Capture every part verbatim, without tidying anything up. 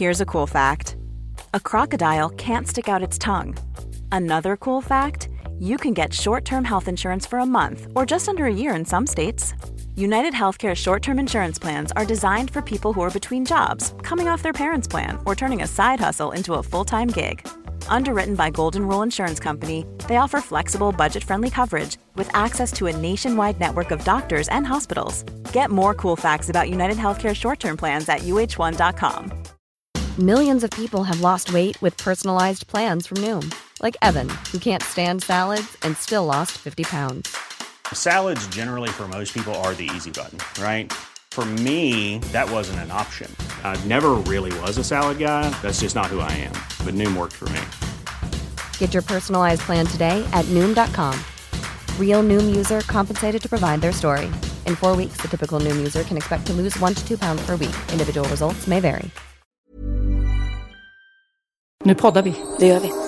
Here's a cool fact. A crocodile can't stick out its tongue. Another cool fact, you can get short-term health insurance for a month or just under a year in some states. United Healthcare short-term insurance plans are designed for people who are between jobs, coming off their parents' plan, or turning a side hustle into a full-time gig. Underwritten by Golden Rule Insurance Company, they offer flexible, budget-friendly coverage with access to a nationwide network of doctors and hospitals. Get more cool facts about United Healthcare short-term plans at U H one dot com. Millions of people have lost weight with personalized plans from Noom. Like Evan, who can't stand salads and still lost fifty pounds. Salads generally for most people are the easy button, right? For me, that wasn't an option. I never really was a salad guy. That's just not who I am. But Noom worked for me. Get your personalized plan today at Noom dot com. Real Noom user compensated to provide their story. In four weeks, the typical Noom user can expect to lose one to two pounds per week. Individual results may vary. Nu poddar vi. Det gör vi.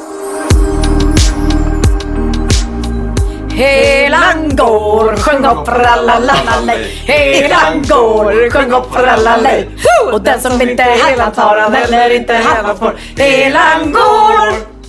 Helan går, sjung upp, ralalalej. Helan går, sjung upp, ralalalej. Och den som inte helan tar han eller inte helan får. Helan går.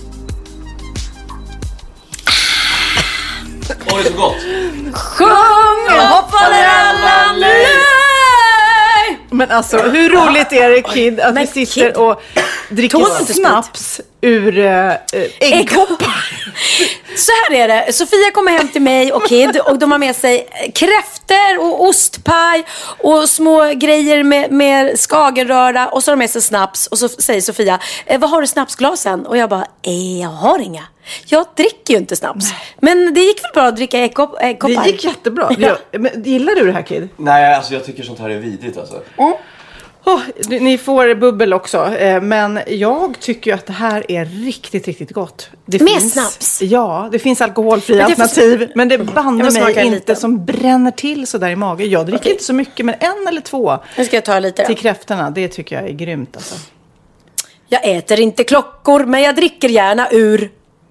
Åh, det är så gott. Sjung upp, ralalalej. Men alltså, hur roligt är det, Kid, att vi sitter Kid. och dricker snaps ur äh, äggkoppar? Så här är det. Sofia kommer hem till mig och Kid och de har med sig kräfter och ostpaj och små grejer med, med skagenröra och så har de med sig snaps och så säger Sofia, eh, vad har du snapsglasen? Och jag bara, eh, jag har inga. Jag dricker ju inte snaps. Nej. Men det gick väl bra att dricka äggkopp- äggkoppar? Det gick jättebra. Ja. Men, gillar du det här, Kid? Nej, alltså jag tycker sånt här är vidrigt alltså. Mm. Oh, ni får bubbel också. Men jag tycker ju att det här är riktigt, riktigt gott. Det Med finns, snaps? Ja, det finns alkoholfria men alternativ. Får... Men det bandar mig inte lite. Som bränner till så där i magen. Jag dricker okay. inte så mycket, men en eller två. Nu ska jag ta lite då. Till kräftorna, det tycker jag är grymt alltså. Jag äter inte klockor, men jag dricker gärna ur...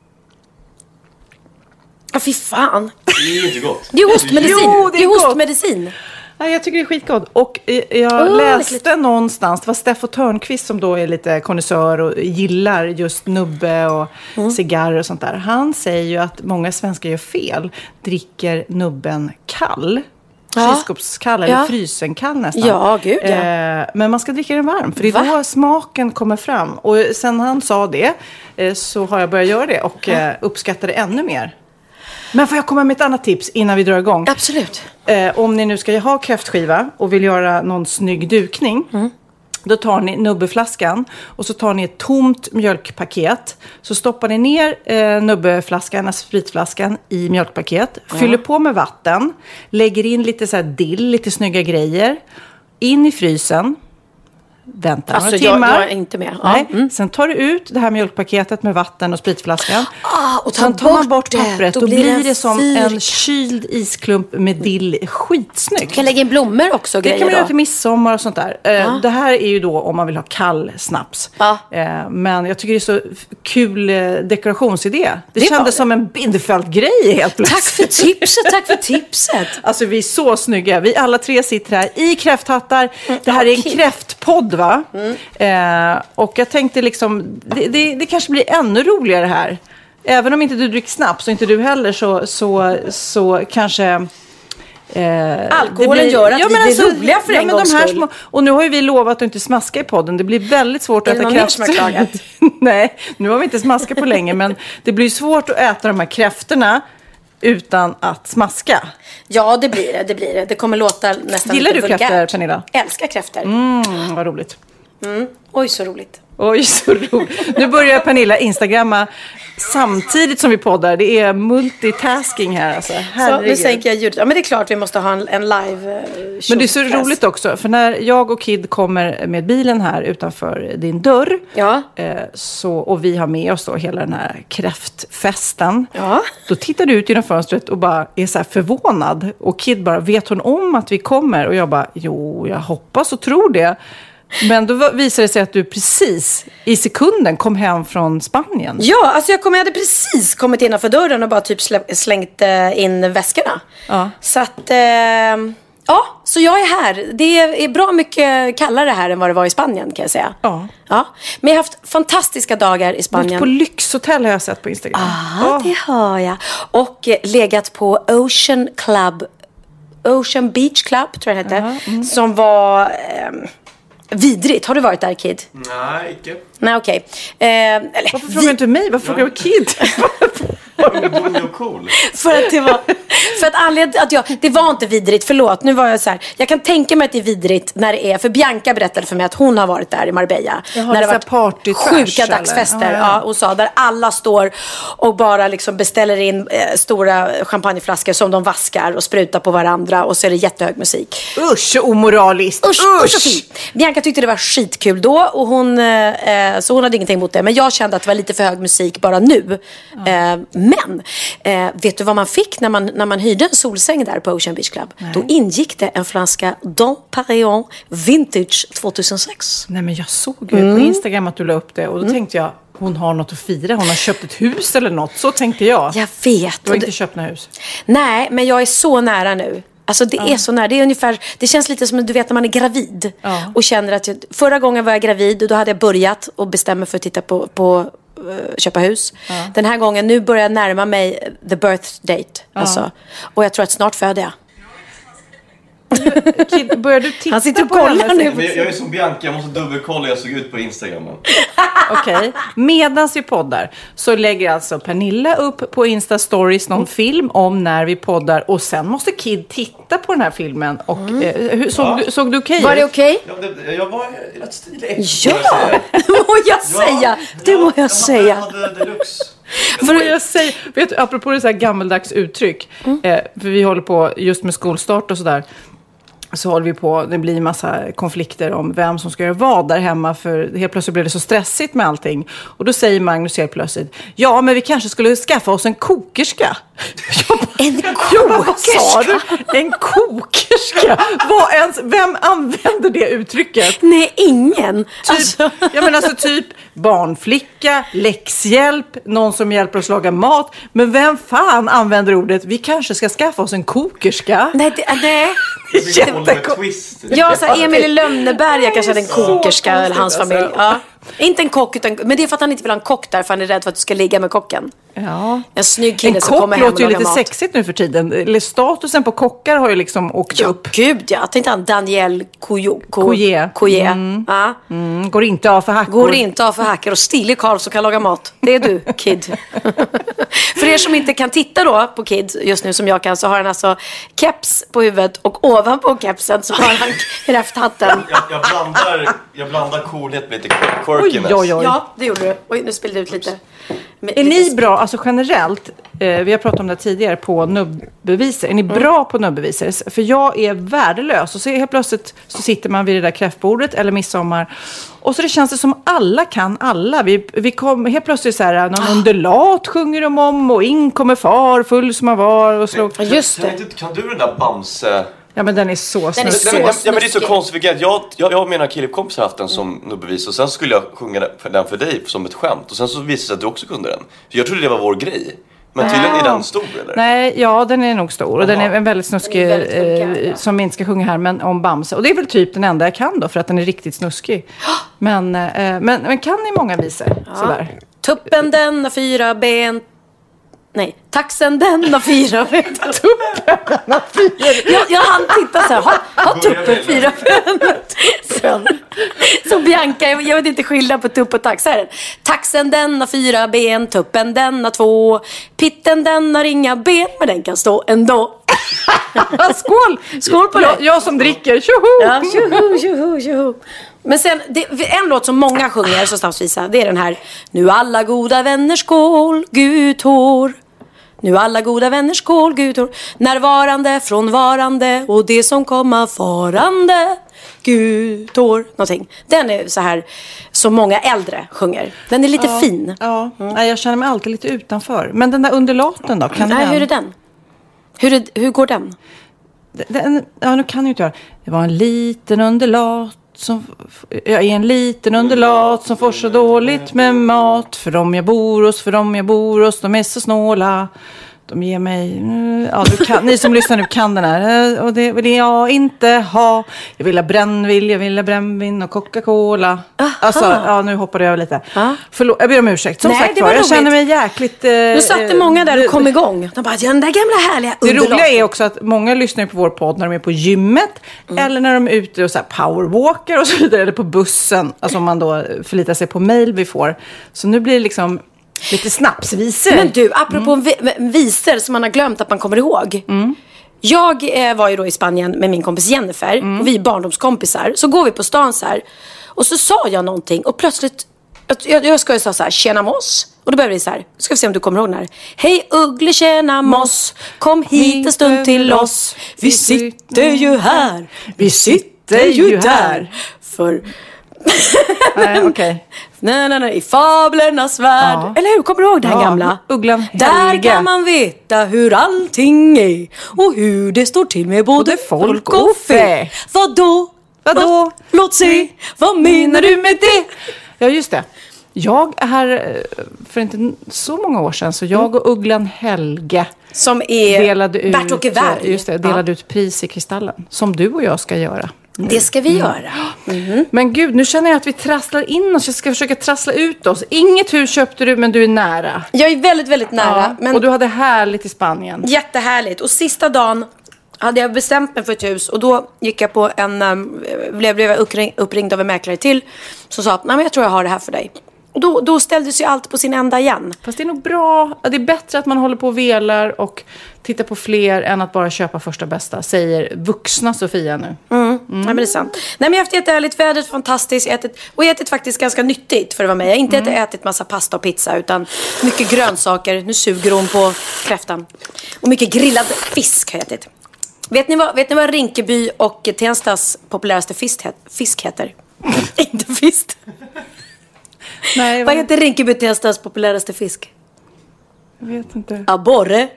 Ja, fy fan. Det är inte gott. Det är hostmedicin. Jo, det är, det är hostmedicin. Nej, jag tycker det är skitgott. Och jag oh, läste äckligt. någonstans, det var Steffo Törnqvist som då är lite konnässör och gillar just nubbe och mm. cigarrer och sånt där. Han säger ju att många svenskar gör fel. Dricker nubben kall. Ja. Kylskåpskall eller ja. frysen kall nästan. Ja, gud ja. Eh, men man ska dricka den varm, för det är Va? då smaken kommer fram. Och sen han sa det eh, så har jag börjat göra det och eh, uppskattar det ännu mer. Men får jag komma med ett annat tips innan vi drar igång? Absolut. Eh, om ni nu ska ha kräftskiva och vill göra någon snygg dukning. Mm. Då tar ni nubbeflaskan och så tar ni ett tomt mjölkpaket. Så stoppar ni ner eh, nubbeflaskan, alltså spritflaskan, i mjölkpaket. Ja. Fyller på med vatten. Lägger in lite så här dill, lite snygga grejer. In i frysen. Vänta alltså, några timmar. Jag, jag är inte med. Ja. Nej. Mm. Sen tar du ut det här mjölkpaketet med vatten och spritflaskan. Ah, och sen tar man bort det. pappret. Då, då blir det, det som fyr. en kyld isklump med dill. Skitsnyggt. Kan lägga in blommor också. Det kan man göra till midsommar och sånt där. Ah. Det här är ju då om man vill ha kall snaps. Ah. Men jag tycker det är så kul dekorationsidé. Det, det kändes som en Bindefeld-grej helt plötsligt. Tack för tipset, tack för tipset. Alltså vi är så snygga. Vi alla tre sitter här i kräfthattar. Mm. Det här är en kräftpodd, va? Mm. Eh, och jag tänkte liksom, det, det, det kanske blir ännu roligare här. Även om inte du dricker snaps och inte du heller så, så, så kanske... Eh, Alkoholen blir, ja, gör att ja, vi blir alltså, roliga för ja, en men gångs de här skull. små, och nu har ju vi lovat att inte smaska i podden. Det blir väldigt svårt att äta kräftor. Nej, nu har vi inte smaskat på länge. Men det blir svårt att äta de här kräftorna utan att smaska. Ja, det blir det. Det, blir det. Det kommer låta nästan Gillar lite du kräftor, vulgärt. Pernilla? Älskar kräftor. Mm, vad roligt. Mm. Oj, så roligt. Oj, så roligt. Nu börjar Pernilla Instagramma samtidigt som vi poddar. Det är multitasking här. Alltså. Så nu sänker jag ljudet. Ja, men det är klart vi måste ha en, en live uh, Men det är så roligt också. För när jag och Kid kommer med bilen här utanför din dörr. Ja. Eh, så, och vi har med oss då hela den här kräftfesten. Ja. Då tittar du ut genom fönstret och bara är så här förvånad. Och Kid bara, vet hon om att vi kommer? Och jag bara, jo, jag hoppas och tror det. Men då visade det sig att du precis i sekunden kom hem från Spanien. Ja, alltså jag, kom, jag hade precis kommit innanför dörren och bara typ slängt in väskorna. Ja. Så att, eh, Ja, så jag är här. Det är bra mycket kallare här än vad det var i Spanien, kan jag säga. Ja. Ja. Men jag har haft fantastiska dagar i Spanien. På lyxhotell har jag sett på Instagram. Ja, ah, det har jag. Och eh, legat på Ocean Club, Ocean Beach Club tror jag det hette. Uh-huh. Mm. Som var eh, vidrigt. Har du varit där, Kid? Nej, icke. Nej, okej. Okay. Eh, Varför frågar du inte mig? Varför frågar du Kid? Hon är cool. För att det var för att anledningen att jag det var inte vidrigt, förlåt. Nu var jag så här. Jag kan tänka mig att det är vidrigt när det är, för Bianca berättade för mig att hon har varit där i Marbella Jaha, när det var party-trash, sjuka dagsfester. Ja, ja. Ja, och sa där alla står och bara liksom beställer in eh, stora champagneflaskor som de vaskar och sprutar på varandra och så är det jättehög musik. Usch, omoraliskt. Usch, usch, usch. Bianca tyckte det var skitkul då och hon eh, så hon hade ingenting emot det, men jag kände att det var lite för hög musik bara nu. Ja. Eh, men eh, vet du vad man fick när man när man hyrde en solsäng där på Ocean Beach Club? Nej. Då ingick det en flaska Dom Perignon Vintage tvåtusensex. Nej, men jag såg ju mm. på Instagram att du la upp det och då mm. tänkte jag, hon har något att fira. Hon har köpt ett hus eller något. Så tänkte jag. Jag vet. Du har inte köpt något hus? Nej, men jag är så nära nu. Alltså det ja. är så nära. Det är ungefär, det känns lite som, du vet, när man är gravid. Ja. Och känner att jag, förra gången var jag gravid och då hade jag börjat och bestämmer för att titta på, på uh, köpa hus. Ja. Den här gången, nu börjar jag närma mig the birth date. Ja. Alltså. Och jag tror att snart föder jag. Kid, börjar du titta? Han sitter och kollar nu. Men jag, jag är som Bianca, jag måste dubbelkolla hur jag såg ut på Instagram. Okej, okay. Medans vi poddar så lägger alltså Pernilla upp på Insta-stories någon mm. film om när vi poddar. Och sen måste Kid titta på den här filmen. Och, mm. eh, hur, såg, ja. du, såg du okej? Okay? Var det okej? Okay? Ja, jag var rätt stilig. Ja, det må jag säga. Ja, det må jag, jag säga. Jag hade deluxe. För jag säger, vet du, apropå det så här gammeldags uttryck. Mm. Eh, för vi håller på just med skolstart och sådär. Så håller vi på, det blir en massa konflikter om vem som ska göra vad där hemma. För helt plötsligt blir det så stressigt med allting. Och då säger Magnus helt plötsligt, ja men vi kanske skulle skaffa oss en kokerska. En kokerska? En kokerska? Vad ens, vem använder det uttrycket? Nej, ingen. Typ, alltså. Ja men alltså typ barnflicka, läxhjälp, någon som hjälper oss laga mat. Men vem fan använder ordet, vi kanske ska skaffa oss en kokerska? Nej, det, nej. Twist. Ja, så Emil i Lönneberga kanske hade en kokerska eller hans familj. Ja. Inte en kock, utan, men det är för att han inte vill ha en kock där, för han är rädd för att du ska ligga med kocken. Ja. En snygg kille en som kommer hem och lagar mat. En kock låter ju lite mat. sexigt nu för tiden. Eller statusen på kockar har ju liksom åkt ja, upp. Gud, ja. Jag tänkte han Daniel Couillet. Mm. Ja. Mm. Går inte av för hackor. Går inte av för hackor och stilig karl som kan laga mat. Det är du, Kid. För er som inte kan titta då på Kid just nu som jag kan, så har han alltså keps på huvudet och ovanpå kepsen så har han kräfthatten. Jag, jag, blandar, jag blandar coolhet med lite quirkiness. Oj, oj, oj. Ja, det gjorde du. Oj, nu spillde ut lite. Är ni bra, alltså generellt, eh, vi har pratat om det tidigare, på nubbbeviser. Är ni mm. bra på nubbbeviser? För jag är värdelös. Och så helt plötsligt så sitter man vid det där kräftbordet eller midsommar. Och så det känns det som alla kan alla. Vi, vi kom helt plötsligt så här, någon ah. undulat sjunger de om. Och in kommer far, full som han var. Och slog. Men, just det. Kan, kan du den där Bamse... Ja, men den är så snuskig. Så ja, ja, men det är så konstigt. Jag, jag, jag och mina killkompisar har haft den som nubbevis. Och sen skulle jag sjunga den för dig som ett skämt. Och sen så visade det sig att du också kunde den. För jag trodde det var vår grej. Men tydligen är den stor, eller? Nej, ja, den är nog stor. Och Aha. den är en väldigt snuskig, väldigt eh, som vi inte ska sjunga här, men om Bamse. Och det är väl typ den enda jag kan då, för att den är riktigt snuskig. Men, eh, men, men kan ni många visor? Ja. Sådär. Tuppen den har fyra ben. Nej, taxen den har fyra ben. Tuppen den har fyra ben. Jag, jag hann titta så här. Har, har tuppen fyra ben? Så, så Bianca, jag, jag vet inte skillnad på tupp och tax. Här. Taxen den har fyra ben. Tuppen den har två. Pitten den har inga ben. Men den kan stå ändå. Skål! Skål på det. Jag, jag som dricker. Tjoho! Ja, tjoho, tjoho, tjoho. Men sen, det, en låt som många sjunger så snabbt visa, det är den här. Nu alla goda vänner skål, Gud hår. Nu alla goda vänner skål, Gud hår. Närvarande, frånvarande och det som komma farande, Gud hår. Någonting. Den är så här som många äldre sjunger. Den är lite ja, fin. Ja, mm. Nej, jag känner mig alltid lite utanför. Men den där undulaten då? Kan Nej, den... hur är den? Hur, är, hur går den? den? Ja, nu kan jag inte göra. Det var en liten undulat. Som, jag är en liten undulat som får så dåligt med mat. För dem jag bor hos, för dem jag bor hos, de är så snåla. de ger mig... Ja, du kan, ni som lyssnar nu kan den här. Och det vill jag inte ha. Jag vill ha brännvin, jag vill ha brännvin och Coca-Cola. Aha. Alltså, ja, nu hoppade jag över lite. Ah. Förlåt, jag ber om ursäkt. Som Nej, sagt var, jag känner mig jäkligt... Eh, nu satt det många där och kom igång. De bara, den där gamla härliga underlag. Det roliga är också att många lyssnar på vår podd när de är på gymmet. Mm. Eller när de är ute och så här powerwalker och så vidare. Eller på bussen. Alltså om man då förlitar sig på mejl vi får. Så nu blir det liksom... Lite snapsvisor. Men du, apropå mm. vi- visor som man har glömt att man kommer ihåg. Mm. Jag eh, var ju då i Spanien med min kompis Jennifer. Mm. Och vi är barndomskompisar. Så går vi på stan så här. Och så sa jag någonting. Och plötsligt, jag, jag ska ju säga så här, tjena moss. Och då började vi så här, ska vi se om du kommer ihåg den här. Hej Uggle, tjena moss. Kom hit en stund till oss. Vi sitter ju här. Vi sitter ju där. För... Nej, okej. Okay. Nej, nej, nej, i fablernas värld. Ja. Eller hur, kommer du ihåg det här ja. gamla? Ugglan Helge. Där kan man veta hur allting är. Och hur det står till med både, både folk och fe. Vadå? Vadå? Låt se, vad menar du med det? Ja, just det. Jag är här för inte så många år sedan. Så jag och Ugglan Helge som är delade ut, Bert-Åke Berg. Just det, delade ja. ut pris i Kristallen. Som du och jag ska göra. Mm. Det ska vi mm. göra. Mm. Men gud, nu känner jag att vi trasslar in oss. Jag ska försöka trassla ut oss. Inget hus köpte du, men du är nära. Jag är väldigt, väldigt nära. Ja. Men... Och du hade härligt i Spanien. Jättehärligt. Och sista dagen hade jag bestämt mig för ett hus. Och då gick jag på en... Um, blev jag uppring, uppringd av en mäklare till. Som sa, nej men jag tror jag har det här för dig. Och då, då ställdes ju allt på sin ända igen. Fast det är nog bra. Det är bättre att man håller på och velar och tittar på fler än att bara köpa första bästa. Säger vuxna Sofia nu. Mm. Mm. Nej, men det är sant. Nej, men jag har haft jättehärligt, vädret fantastiskt. Ätit, och ätit faktiskt ganska nyttigt för att vara med. Jag har inte mm. ätit massa pasta och pizza utan mycket grönsaker. Nu suger hon på kräftan. Och mycket grillad fisk har jag ätit. Vet ni vad, vet ni vad Rinkeby och Tenstas populäraste fisk, fisk heter? Inte fisk. Nej, vad... vad heter Rinkeby och Tenstas populäraste fisk? Jag vet inte. Abborre.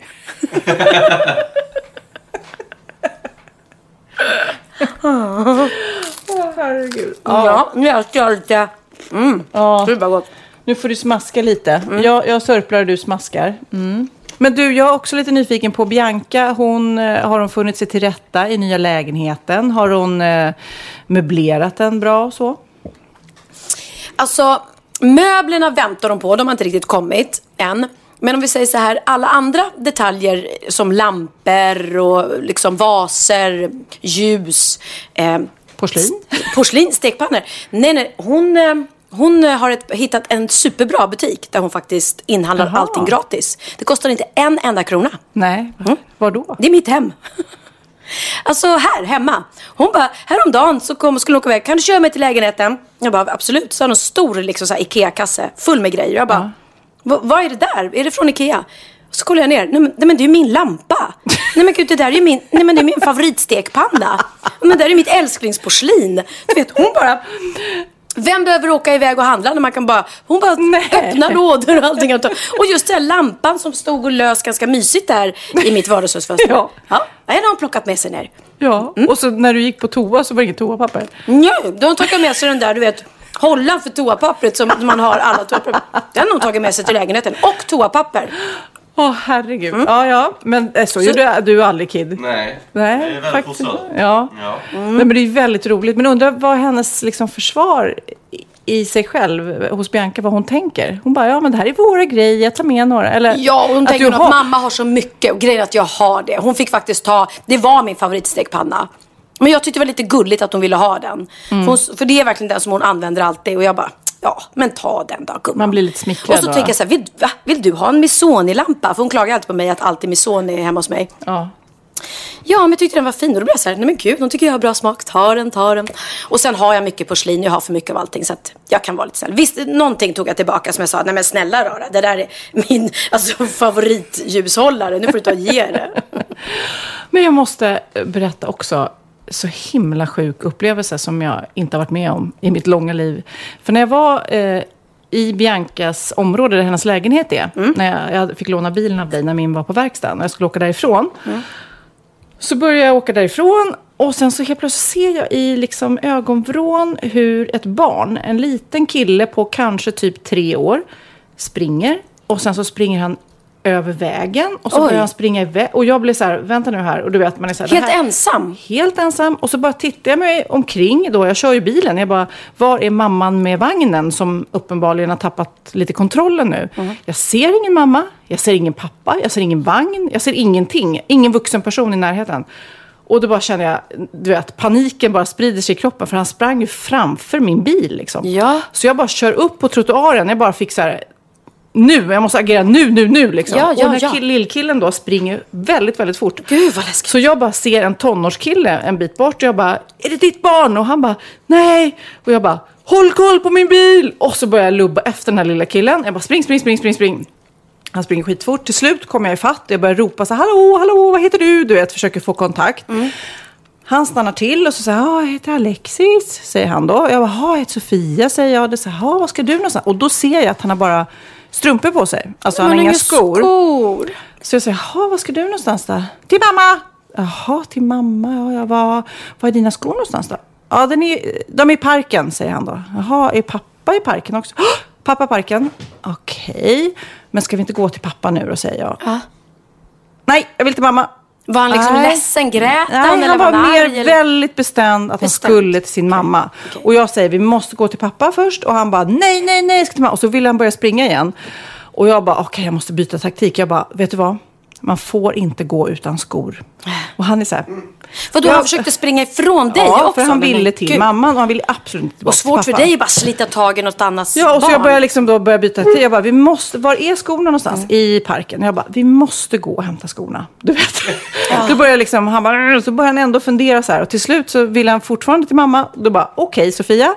Åh, oh, herregud. Ja, nu är jag lite... Mm, ja. Det är bara gott. Nu får du smaska lite. Mm. Jag, jag sörplar och du smaskar. Mm. Men du, jag är också lite nyfiken på Bianca. Hon, har hon funnit sig till rätta i nya lägenheten? Har hon eh, möblerat den bra och så? Alltså, möblerna väntar de på. De har inte riktigt kommit än. Men om vi säger så här, alla andra detaljer som lampor och liksom vaser, ljus, eh, porslin, porslin, stekpannor. Nej, nej, hon, eh, hon har ett, hittat en superbra butik där hon faktiskt inhandlar Aha. allting gratis. Det kostar inte en enda krona. Nej, mm. Var då? Det är mitt hem. Alltså här hemma. Hon bara, häromdagen så kom, skulle hon åka iväg. Kan du köra mig till lägenheten? Jag bara, absolut. Så har hon en stor liksom, så här, Ikea-kasse full med grejer. Jag bara, ja. vad är det där? Är det från Ikea? Så kollar jag ner. Nej men, nej, men det är ju min lampa. Nej men gud, det där är ju min, nej, men det är min favoritstekpanna. Men det där är mitt älsklingsporslin. Du vet, hon bara... Vem behöver åka iväg och handla när man kan bara... Hon bara Nej. öppnar lådor och allting. Och just den här lampan som stod och lös ganska mysigt där i mitt vardagsrumsfönster. Ja. Ja, det har hon plockat med sig ner. Ja, mm. Och så när du gick på toa så var det inget toapapper. Ja, de har tagit med sig den där, du vet... Hållan för toapappret som man har alla toapapper. Den har hon tagit med sig till lägenheten. Och toapapper. Åh, oh, herregud. Mm. Ja, ja. Men så, så gjorde du aldrig, Kid. Nej, Nej, jag är väldigt fostrad. Ja. ja. Mm. Men det är väldigt roligt. Men undrar vad hennes liksom, försvar i sig själv hos Bianca, vad hon tänker. Hon bara, ja men det här är våra grejer, jag tar med några. Eller, ja, hon att tänker att har... mamma har så mycket. Och grejen att jag har det. Hon fick faktiskt ta, det var min favoritstekpanna. Men jag tyckte det var lite gulligt att hon ville ha den. Mm. För, hon, för det är verkligen den som hon använder alltid. Och jag bara, ja, men ta den då, gumman. Man blir lite smickrad. Och så tänker jag så här, vill, va? vill du ha en Missoni-lampa? För hon klagar alltid på mig att alltid Missoni är hemma hos mig. Ja. Ja, men jag tyckte den var fin. Och då blev jag så här, nej men gud, hon tycker jag har bra smak. Ta den, ta den. Och sen har jag mycket porslin. Jag har för mycket av allting. Så att jag kan vara lite snäll. Visst, någonting tog jag tillbaka som jag sa. Nej men snälla Rara, det där är min alltså, favoritljushållare. Nu får du ta och ge det. Men jag måste berätta också. Så himla sjuk upplevelse som jag inte har varit med om i mitt långa liv. För när jag var eh, i Biancas område där hennes lägenhet är. Mm. När jag, jag fick låna bilen av dig när min var på verkstaden. Och jag skulle åka därifrån. Mm. Så började jag åka därifrån. Och sen så helt plötsligt ser jag i liksom ögonvrån hur ett barn, en liten kille på kanske typ tre år, springer. Och sen så springer han över vägen och så Oj. börjar han springa iväg och jag blir så här, vänta nu här och du vet man är så här, helt här, ensam helt ensam och så bara tittar jag mig omkring då, jag kör ju bilen, jag bara, var är mamman med vagnen som uppenbarligen har tappat lite kontrollen nu. Mm. Jag ser ingen mamma, jag ser ingen pappa, jag ser ingen vagn, jag ser ingenting, ingen vuxen person i närheten. Och då bara känner jag, du vet, paniken bara sprider sig i kroppen för han sprang ju framför min bil liksom. Ja. Så jag bara kör upp på trottoaren, jag bara fick så här, nu, jag måste agera nu, nu, nu liksom. Ja, ja, och den här ja. lillkillen då springer väldigt, väldigt fort. Gud vad läskigt. Så jag bara ser en tonårskille en bit bort och jag bara, är det ditt barn? Och han bara, nej. Och jag bara, håll koll på min bil. Och så börjar jag lubba efter den här lilla killen. Jag bara, spring, spring, spring, spring, spring. Han springer skitfort. Till slut kommer jag ifatt och jag börjar ropa så här, hallå, hallå, vad heter du? Du vet, försöker få kontakt. Mm. Han stannar till och så säger ja, jag heter Alexis, säger han då. Jag bara, ja, jag heter Sofia, säger jag. Det säger, ja, vad ska du någonstans? Och då ser jag att han har bara strumpor på sig. Alltså han har inga skor. skor. Så jag säger, ja, vad ska du någonstans då? Till mamma! Jaha, till mamma. Ja, jag var, var är dina skor någonstans då? Ja, den är, de är i parken, säger han då. Jaha, är pappa i parken också? Oh, pappa i parken? Okej. Okay. Men ska vi inte gå till pappa nu då, säger jag. Ja. Nej, jag vill till mamma. Var han liksom Nej. ledsen, grät han? Nej, eller han var, var mer arg, väldigt bestämd att bestämt. han skulle till sin mamma. Okay. Och jag säger, vi måste gå till pappa först. Och han bara, nej, nej, nej, jag ska till mamma. Och så vill han börja springa igen. Och jag bara, okej, okay, jag måste byta taktik. Jag bara, vet du vad? Man får inte gå utan skor. Och han är så här... För då han försökte springa ifrån dig ja, också? för han ville till Gud. mamman och han ville absolut inte tillbaka. Och svårt för dig att bara slita tag i något annat Ja, och barn. så jag började liksom då börja byta till. Jag bara, vi måste, var är skorna någonstans? Mm. I parken. Jag bara, vi måste gå och hämta skorna. Du vet. Ja. Då började liksom, han bara, så började han ändå fundera så här. Och till slut så ville han fortfarande till mamma. Då bara, okej okay, Sofia.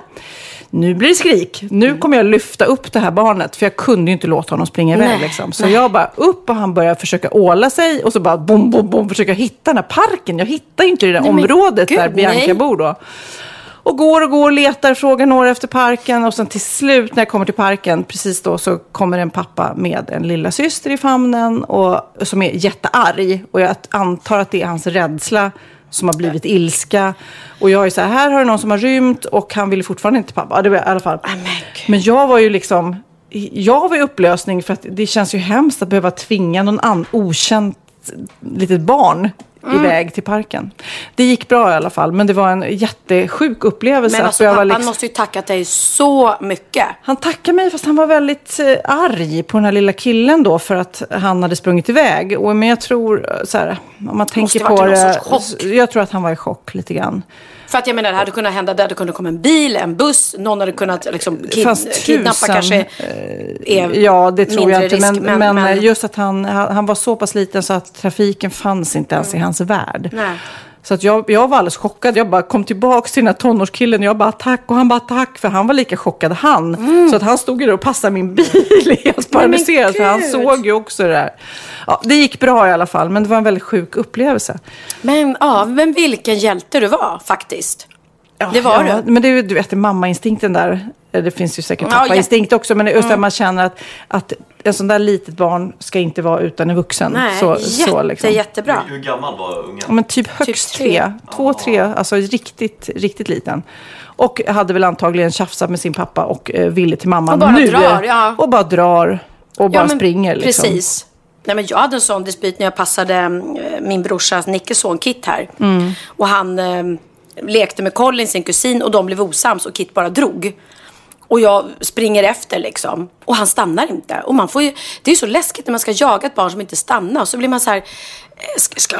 Nu blir det skrik. Nu kommer jag lyfta upp det här barnet. För jag kunde ju inte låta honom springa iväg. Liksom. Så nej. jag bara upp och han börjar försöka åla sig. Och så bara bom, bom, bom. Försöka hitta den här parken. Jag hittar ju inte det där nej, området Gud, där Bianca nej. bor då. Och går och går och letar. Frågar några efter parken. Och sen till slut när jag kommer till parken. Precis då så kommer en pappa med en lilla syster i famnen. Och, som är jättearg. Och jag antar att det är hans rädsla som har blivit ilska. Och jag är så här, här har det någon som har rymt och han ville fortfarande inte pappa. Ja, det var i alla fall. Men jag var ju liksom, jag var i upplösning för att det känns ju hemskt att behöva tvinga någon an, okänt litet barn mm. iväg till parken. Det gick bra i alla fall, men det var en jättesjuk upplevelse. Men alltså, att pappan liksom... måste ju tacka dig så mycket. Han tackade mig, fast han var väldigt eh, arg på den här lilla killen då för att han hade sprungit iväg. Och, men jag tror, så här, om man tänker på det, jag tror att han var i chock lite grann. För att jag menar, det hade kunnat hända, det hade kunnat komma en bil, en buss, någon hade kunnat liksom kid- kidnappa kanske. Är ja, det tror jag inte. Risk, men, men, men just att han, han var så pass liten så att trafiken fanns inte ens mm. i hans värld. Nej. Så att jag, jag var alldeles chockad. Jag bara kom tillbaka till den här tonårskillen och jag bara tack och han bara tack. För han var lika chockad han. Mm. Så att han stod ju där och passade min bil helt paralyserad. För han såg ju också det där. Ja, det gick bra i alla fall. Men det var en väldigt sjuk upplevelse. Men, ja, men vilken hjälte du var faktiskt. Ja, det var ja, du. Men det är du vet, mammainstinkten där. Det finns ju säkert pappainstinkt ja, också. Men just mm. att man känner att, att en sån där litet barn ska inte vara utan en vuxen. Nej, så, jätte, så liksom. jättebra. Hur gammal var ungen? Ja, men typ högst typ tre. tre. Två, tre. Alltså riktigt, riktigt liten. Och hade väl antagligen tjafsat med sin pappa och eh, ville till mamma och bara nu. Drar, ja. Och bara drar. Och bara ja, springer liksom. Precis. Nej, men jag hade en sån dispyt när jag passade äh, min brorsas Nickes son Kit här. Mm. Och han äh, lekte med Colin, sin kusin, och de blev osams och Kit bara drog. Och jag springer efter liksom. Och han stannar inte. Och man får ju, det är ju så läskigt när man ska jaga ett barn som inte stannar. Och så blir man så här, ska, ska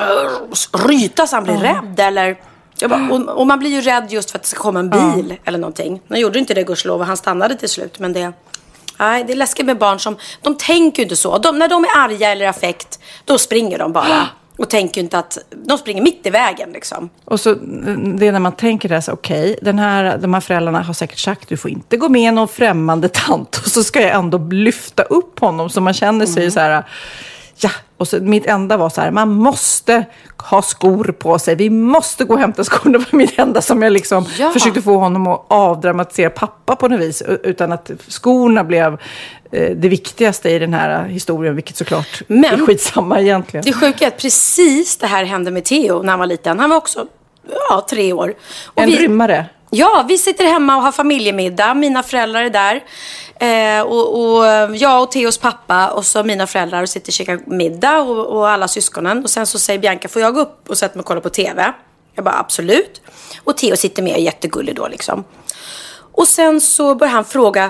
ryta så han blir mm. rädd eller... Jag bara, och, och man blir ju rädd just för att det ska komma en bil mm. eller någonting. Han gjorde inte det, gudskelov, och han stannade till slut. Men det... Nej, det är läskigt med barn som, de tänker ju inte så. De, när de är arga eller affekt, då springer de bara. Och tänker inte att, de springer mitt i vägen liksom. Och så, det är när man tänker det så okej, okay, den här, de här föräldrarna har säkert sagt, du får inte gå med någon främmande tant. Och så ska jag ändå lyfta upp honom så man känner sig mm. så här... Ja, och så mitt enda var så här, man måste ha skor på sig. Vi måste gå och hämta skorna. Det var mitt enda som jag liksom ja. försökte få honom att avdramatisera pappa på något vis. Utan att skorna blev eh, det viktigaste i den här historien. Vilket såklart Men, är skitsamma egentligen. Det sjuka är att precis det här hände med Theo när han var liten. Han var också ja, tre år. Och en vi, rymmare. Ja, vi sitter hemma och har familjemiddag. Mina föräldrar är där. Eh, och, och jag och Theos pappa och så mina föräldrar och sitter och käkar middag och, och alla syskonen. Och sen så säger Bianca, får jag gå upp och sätta mig och kolla på tv? Jag bara, absolut. Och Theo sitter med, jättegullig då liksom. Och sen så börjar han fråga,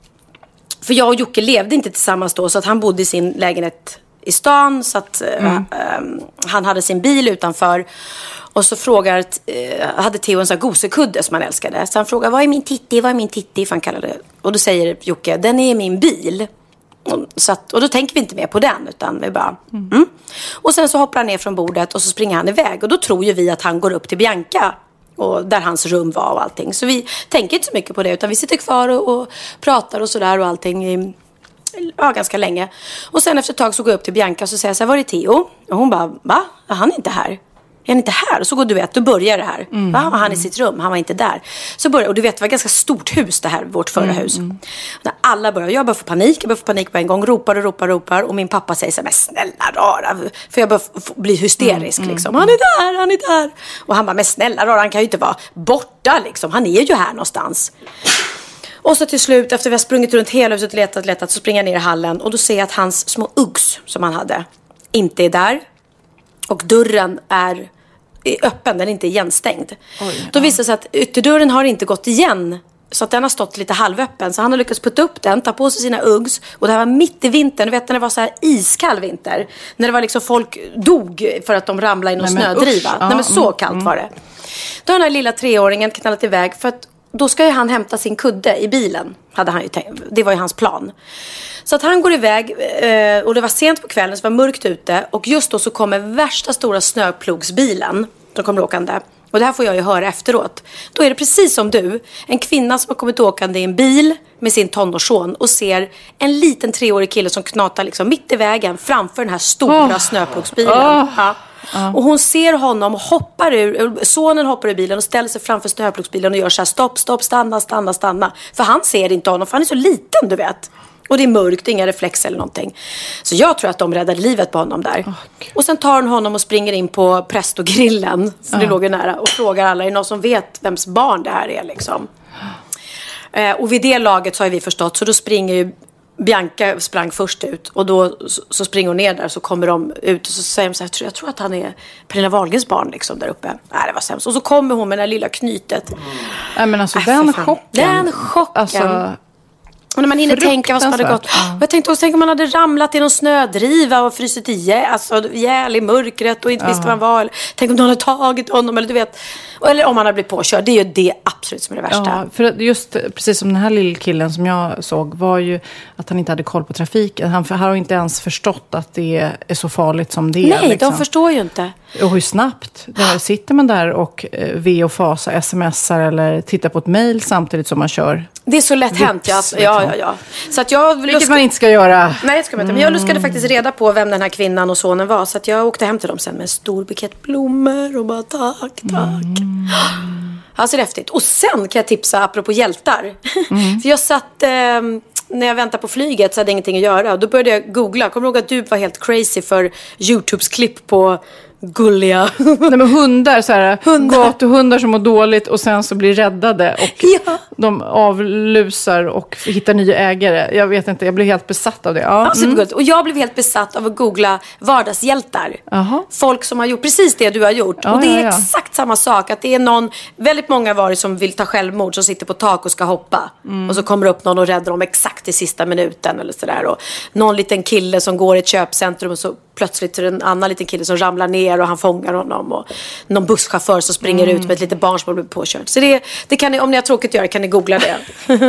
för jag och Jocke levde inte tillsammans då, så att han bodde i sin lägenhet i stan, så att mm. äh, han hade sin bil utanför. Och så frågar, äh, hade Theo en sån här gosekudde som han älskade. Så han frågar, vad är min titti, vad är min titti, för han kallade det. Och då säger Jocke, den är min bil. Och, så att, och då tänker vi inte mer på den, utan vi bara, mm. Mm. Och sen så hoppar han ner från bordet och så springer han iväg. Och då tror ju vi att han går upp till Bianca, och där hans rum var och allting. Så vi tänker inte så mycket på det, utan vi sitter kvar och, och pratar och sådär och allting i, ja, ganska länge. Och sen efter ett tag så går jag upp till Bianca och så säger jag så här, var är Theo? Och hon bara, va? Han är inte här. Är han inte här? Och så går du vet, då börjar det här. Mm. Va? Han i sitt rum, han var inte där. Så börjar, och du vet, det var ett ganska stort hus det här, vårt förra mm. hus. När alla börjar, jag börjar få panik, jag börjar få panik på en gång. Ropar och ropar och ropar. Och min pappa säger så här, men snälla rara. För jag börjar f- bli hysterisk mm. liksom. Han är där, han är där. Och han bara, men snälla rara, han kan ju inte vara borta liksom. Han är ju här någonstans. Och så till slut, efter vi har sprungit runt hela huset och letat, letat, så springer jag ner i hallen. Och då ser jag att hans små Uggs som han hade inte är där. Och dörren är öppen, den är inte igenstängd. Oj, då visar det sig att ytterdörren har inte gått igen, så att den har stått lite halvöppen. Så han har lyckats putta upp den, ta på sig sina Uggs. Och det här var mitt i vintern, du vet när det var så här iskall vinter. När det var liksom, folk dog för att de ramlade i någon Nej, snödriva. Ja, Nej men så mm, kallt mm. var det. Då har den här lilla treåringen knallat iväg, för att då ska ju han hämta sin kudde i bilen, hade han ju tänkt. Det var ju hans plan. Så att han går iväg, och det var sent på kvällen, så det var mörkt ute. Och just då så kommer värsta stora snöplogsbilen. De kommer åkande. Och det här får jag ju höra efteråt. Då är det precis som du. En kvinna som har kommit åkande i en bil med sin tonårsson och ser en liten treårig kille som knatar liksom mitt i vägen framför den här stora oh. snöplogsbilen. Oh. Ja. Uh. Och hon ser honom, hoppar ur, sonen hoppar ur bilen och ställer sig framför snöplogsbilen och gör så här, stopp, stopp, stanna, stanna, stanna. För han ser inte honom, för han är så liten, du vet. Och det är mörkt, inga reflexer eller någonting. Så jag tror att de räddade livet på honom där. Oh, och sen tar hon honom och springer in på Prestogrillen, för det uh. låg ju nära, och frågar alla, är det någon som vet vems barn det här är liksom. Uh. Eh, och vid det laget så har vi förstått, så då springer ju Bianca sprang först ut. Och då så springer hon ner där, så kommer de ut och så säger de så här, jag tror att han är Pernilla Wahlgrens barn liksom där uppe. Nej, det var sämst. Och så kommer hon med det här lilla knytet. Mm. Nej, men alltså äh, den chocken. Den chocken. Alltså... Och när man hinner tänka vad som hade gått. Ja. Och jag tänkte också, tänk om man hade ramlat i någon snödriva och frysit ihjäl, alltså ihjäl i mörkret och inte ja. visste vad han var. Tänk om någon hade tagit honom, eller du vet. Eller om han hade blivit påkörd. Det är ju det absolut som är det värsta. Ja, för just precis som den här lilla killen som jag såg, var ju att han inte hade koll på trafiken. Han har inte ens förstått att det är så farligt som det är. Nej, liksom. de förstår ju inte. Och hur snabbt. Där sitter man där och eh, ve och fasa, smsar eller tittar på ett mejl samtidigt som man kör. Det är så lätt hänt, ja. ja, ja, ja. Så att jag Vilket luska... man inte ska göra. Nej, det ska man inte. Men jag luskade faktiskt reda på vem den här kvinnan och sonen var. Så att jag åkte hem till dem sen med en stor bukett blommor och bara tack, tack. Mm. Alltså det är häftigt. Och sen kan jag tipsa apropå hjältar. Mm. För jag satt... Eh, när jag väntade på flyget så hade jag ingenting att göra. Och då började jag googla. Kommer du ihåg att du var helt crazy för YouTubes klipp på... gulliga. Nej, men hundar, så här, hundar. Gatuhundar som mår dåligt och sen så blir räddade och ja. de avlusar och hittar nya ägare. Jag vet inte, jag blev helt besatt av det. Ja. Ja, mm. Och jag blev helt besatt av att googla vardagshjältar. Aha. Folk som har gjort precis det du har gjort. Ja, och det är ja, ja. exakt samma sak. Att det är någon, väldigt många var det som vill ta självmord, som sitter på tak och ska hoppa. Mm. Och så kommer upp någon och räddar dem exakt i sista minuten eller sådär. Och någon liten kille som går i ett köpcentrum och så plötsligt är det en annan liten kille som ramlar ner och han fångar honom, och någon busschaufför som springer mm. ut med ett litet barn som har blivit påkörd. Så det, det kan ni, om ni har tråkigt att göra, kan ni googla det.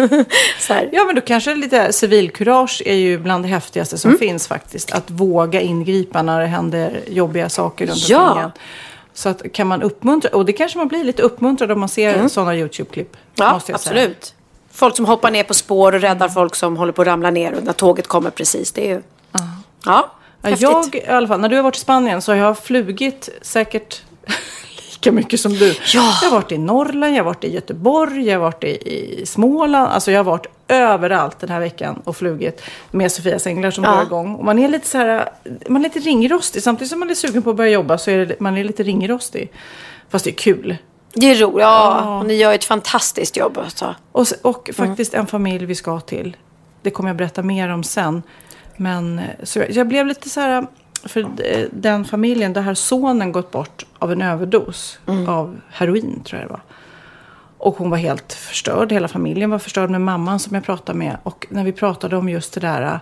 Så här. Ja, men då kanske lite civilkurage är ju bland det häftigaste som mm. finns faktiskt. Att våga ingripa när det händer jobbiga saker runt ja. omkring. Så att kan man uppmuntra, och det kanske man blir lite uppmuntrad om man ser mm. sådana YouTube-klipp. Ja, absolut. Säga. Folk som hoppar ner på spår och räddar folk som håller på att ramla ner och när tåget kommer precis. Det är ju... Uh. Ja. Häftigt. Jag, i alla fall, när du har varit i Spanien så har jag flugit säkert lika mycket som du. Ja. Jag har varit i Norrland, jag har varit i Göteborg, jag har varit i, i Småland. Alltså jag har varit överallt den här veckan och flugit med Sofias änglar som ja. drar igång. Och man är lite så här, man är lite ringrostig. Samtidigt som man är sugen på att börja jobba så är det, man är lite ringrostig. Fast det är kul. Det är roligt, ja. ja. Och ni gör ett fantastiskt jobb. Alltså. Och, och faktiskt mm. en familj vi ska till. Det kommer jag berätta mer om sen. Men så jag, jag blev lite så här... För den familjen, där har sonen gått bort av en överdos mm. av heroin, tror jag det var. Och hon var helt förstörd. Hela familjen var förstörd med mamman som jag pratade med. Och när vi pratade om just det där...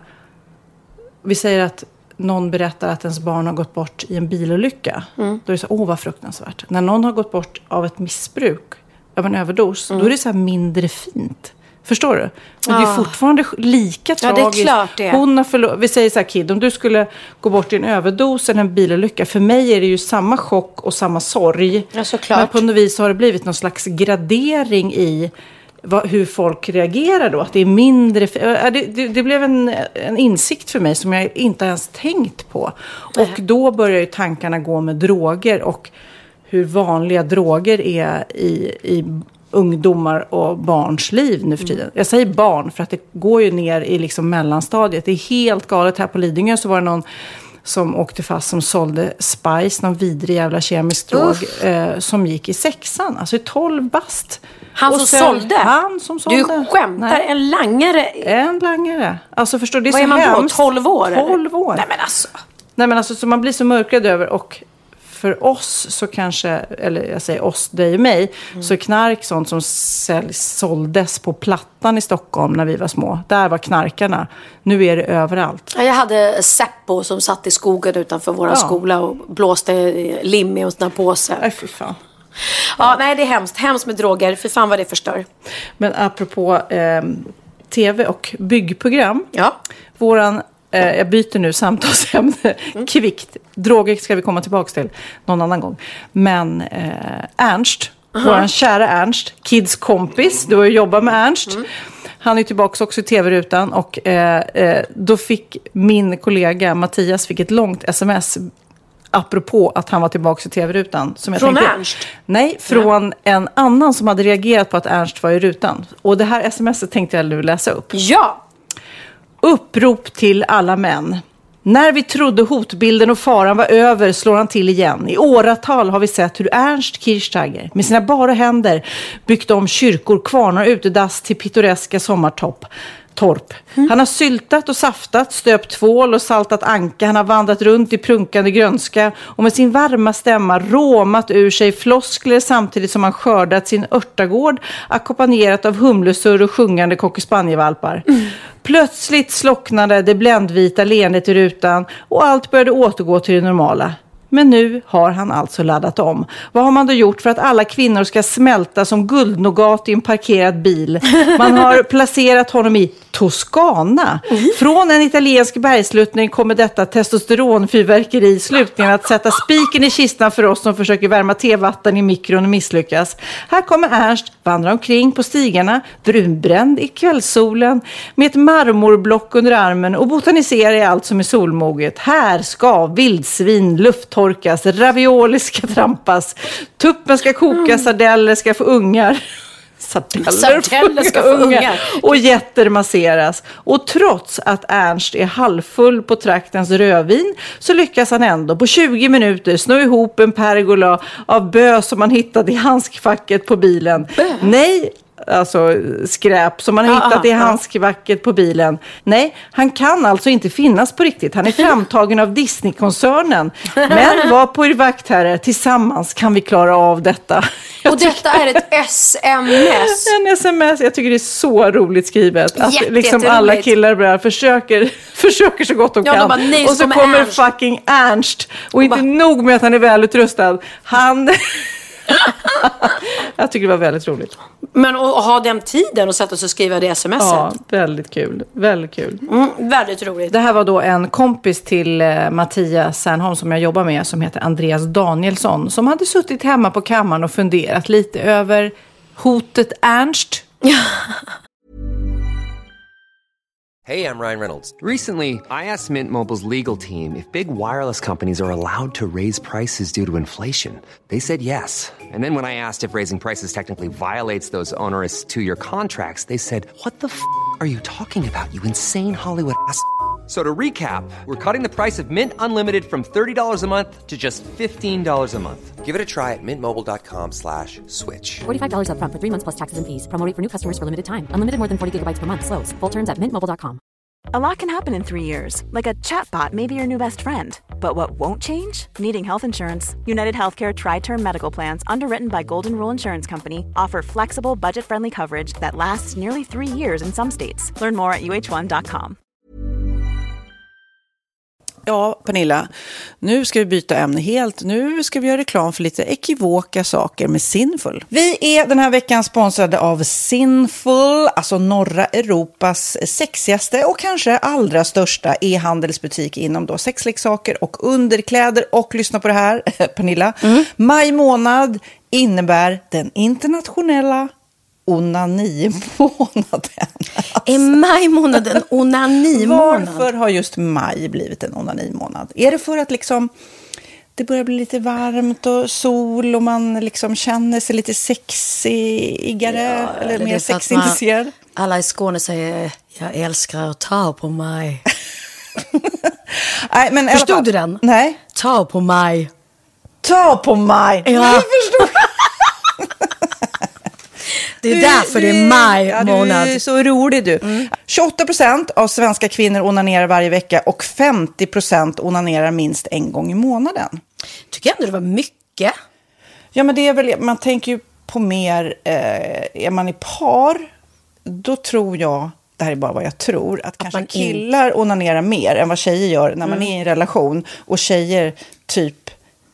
Vi säger att någon berättar att ens barn har gått bort i en bilolycka. Mm. Då är det så, åh vad fruktansvärt. När någon har gått bort av ett missbruk, av en överdos, mm. då är det så här mindre fint. Förstår du? Men ja. det är fortfarande lika tragiskt. Ja, det är klart det. Hon har förlo- Vi säger så här, Kid, om du skulle gå bort i en överdos eller en bilolycka, för mig är det ju samma chock och samma sorg. Ja, såklart. Men på något vis har det blivit någon slags gradering i vad, hur folk reagerar då. Att det är mindre... Det, det, det blev en, en insikt för mig som jag inte ens tänkt på. Och då börjar ju tankarna gå med droger och hur vanliga droger är i... i ungdomar och barns liv nu för tiden. Jag säger barn för att det går ju ner i liksom mellanstadiet. Det är helt galet. Här på Lidingö så var det någon som åkte fast som sålde Spice, någon vidrig jävla kemisk drog, eh, som gick i sexan. Alltså i tolv bast. Han och som sen, sålde? Han som sålde. Du skämtar, Nej. en langare? En langare. Alltså förstår du, det är Vad så är man hemskt. då? tolv år? tolv år. Nej men alltså. Nej men alltså så man blir så mörkrädd över och för oss så kanske, eller jag säger oss, dig och mig, mm. så är knark sånt som säljs, såldes på Plattan i Stockholm när vi var små. Där var knarkarna. Nu är det överallt. Ja, jag hade Seppo som satt i skogen utanför vår ja. skola och blåste lim i en sån här påse. Nej, fy fan. Ja, nej det är hemskt. Hemskt med droger. För fan vad det förstör. Men apropå eh, tv och byggprogram. Ja. Våran... Jag byter nu samtalsämne mm. kvickt. Droger ska vi komma tillbaka till någon annan gång. Men eh, Ernst, uh-huh. vår kära Ernst, Kids kompis, du har ju jobbat med Ernst. Mm. Han är tillbaka också i tv-rutan och eh, eh, då fick min kollega Mattias fick ett långt sms apropå att han var tillbaka i tv-rutan. Som jag från tänkte, Ernst? Nej, från ja. en annan som hade reagerat på att Ernst var i rutan. Och det här smset tänkte jag nu läsa upp. Ja! Upprop till alla män. När vi trodde hotbilden och faran var över slår han till igen. I åratal har vi sett hur Ernst Kirchsteiger med sina bara händer byggt om kyrkor, kvarnar och utedass till pittoreska sommartopp. Torp. Mm. Han har syltat och saftat, stöpt tvål och saltat anka. Han har vandrat runt i prunkande grönska och med sin varma stämma råmat ur sig floskler samtidigt som han skördat sin örtagård ackompanjerat av humlesurr och sjungande kockespanielvalpar. Mm. Plötsligt slocknade det bländvita leendet i rutan och allt började återgå till det normala. Men nu har han alltså laddat om. Vad har man då gjort för att alla kvinnor ska smälta som guldnogat i en parkerad bil? Man har placerat honom i Toscana. Mm. Från en italiensk bergsluttning kommer detta testosteronfyrverkeri slutligen att sätta spiken i kistan för oss som försöker värma tevatten i mikron och misslyckas. Här kommer Ernst vandra omkring på stigarna, brunbränd i kvällssolen med ett marmorblock under armen och botanisera i allt som är solmoget. Här ska vildsvin lufttorkas, ravioli ska trampas, tuppen ska koka, sardeller ska få ungar. Sardeller, sardeller ska få ungar. Och jätter masseras. Och trots att Ernst är halvfull på traktens rödvin så lyckas han ändå på tjugo minuter snå ihop en pergola av bö som man hittade i handskfacket på bilen. Bö. Nej, alltså skräp som man har hittat ah, i handskfacket på bilen. Nej, han kan alltså inte finnas på riktigt. Han är framtagen av Disney-koncernen. Men var på er vakt, herre. Tillsammans kan vi klara av detta. Jag och detta är ett sms. En sms. Jag tycker det är så roligt skrivet. Att Jätte, liksom alla killar bara försöker, försöker så gott de ja, kan. De bara, nej, och så kommer Ernst. fucking Ernst. Och, och inte bara... nog med att han är välutrustad. Han... Jag tycker det var väldigt roligt. Men att ha den tiden och sätta sig och skriva det smset. Ja, väldigt kul. Väldigt kul. Mm, väldigt roligt. Det här var då en kompis till eh, Mattias Sernholm som jag jobbar med som heter Andreas Danielsson som hade suttit hemma på kammaren och funderat lite över hotet Ernst. Hey, I'm Ryan Reynolds. Recently, I asked Mint Mobile's legal team if big wireless companies are allowed to raise prices due to inflation. They said yes. And then when I asked if raising prices technically violates those onerous two-year contracts, they said, what the f*** are you talking about, you insane Hollywood ass f- So to recap, we're cutting the price of Mint Unlimited from thirty dollars a month to just fifteen dollars a month. Give it a try at mintmobile.com slash switch. forty-five dollars up front for three months plus taxes and fees. Promo rate for new customers for limited time. Unlimited more than forty gigabytes per month. Slows full terms at mint mobile dot com. A lot can happen in three years, like a chatbot may be your new best friend. But what won't change? Needing health insurance. United Healthcare Tri-Term Medical Plans, underwritten by Golden Rule Insurance Company, offer flexible, budget-friendly coverage that lasts nearly three years in some states. Learn more at u h one dot com. Ja, Pernilla, nu ska vi byta ämne helt. Nu ska vi göra reklam för lite ekivoka saker med Sinful. Vi är den här veckan sponsrade av Sinful, alltså norra Europas sexigaste och kanske allra största e-handelsbutik inom då sexleksaker och underkläder. Och lyssna på det här, Pernilla. Mm. Maj månad innebär den internationella onani-månaden. Är maj månaden onani-månad? Varför har just maj blivit en onani-månad? Är det för att liksom det börjar bli lite varmt och sol och man liksom känner sig lite sexigare ja, eller, eller mer sexintresserad? Alla i Skåne säger jag älskar att ta på mig. Nej, men förstod fall, du den? Nej. Ta på mig. Ta på mig. Ja. Jag förstod. Det är du, därför du, det är maj ja, månad. Du är så rolig du. Mm. tjugoåtta procent av svenska kvinnor onanerar varje vecka och femtio procent onanerar minst en gång i månaden. Tycker jag ändå det var mycket. Ja, men det är väl, man tänker ju på mer, eh, är man i par, då tror jag, det här är bara vad jag tror, att, att kanske killar in... onanerar mer än vad tjejer gör när man mm. är i en relation. Och tjejer typ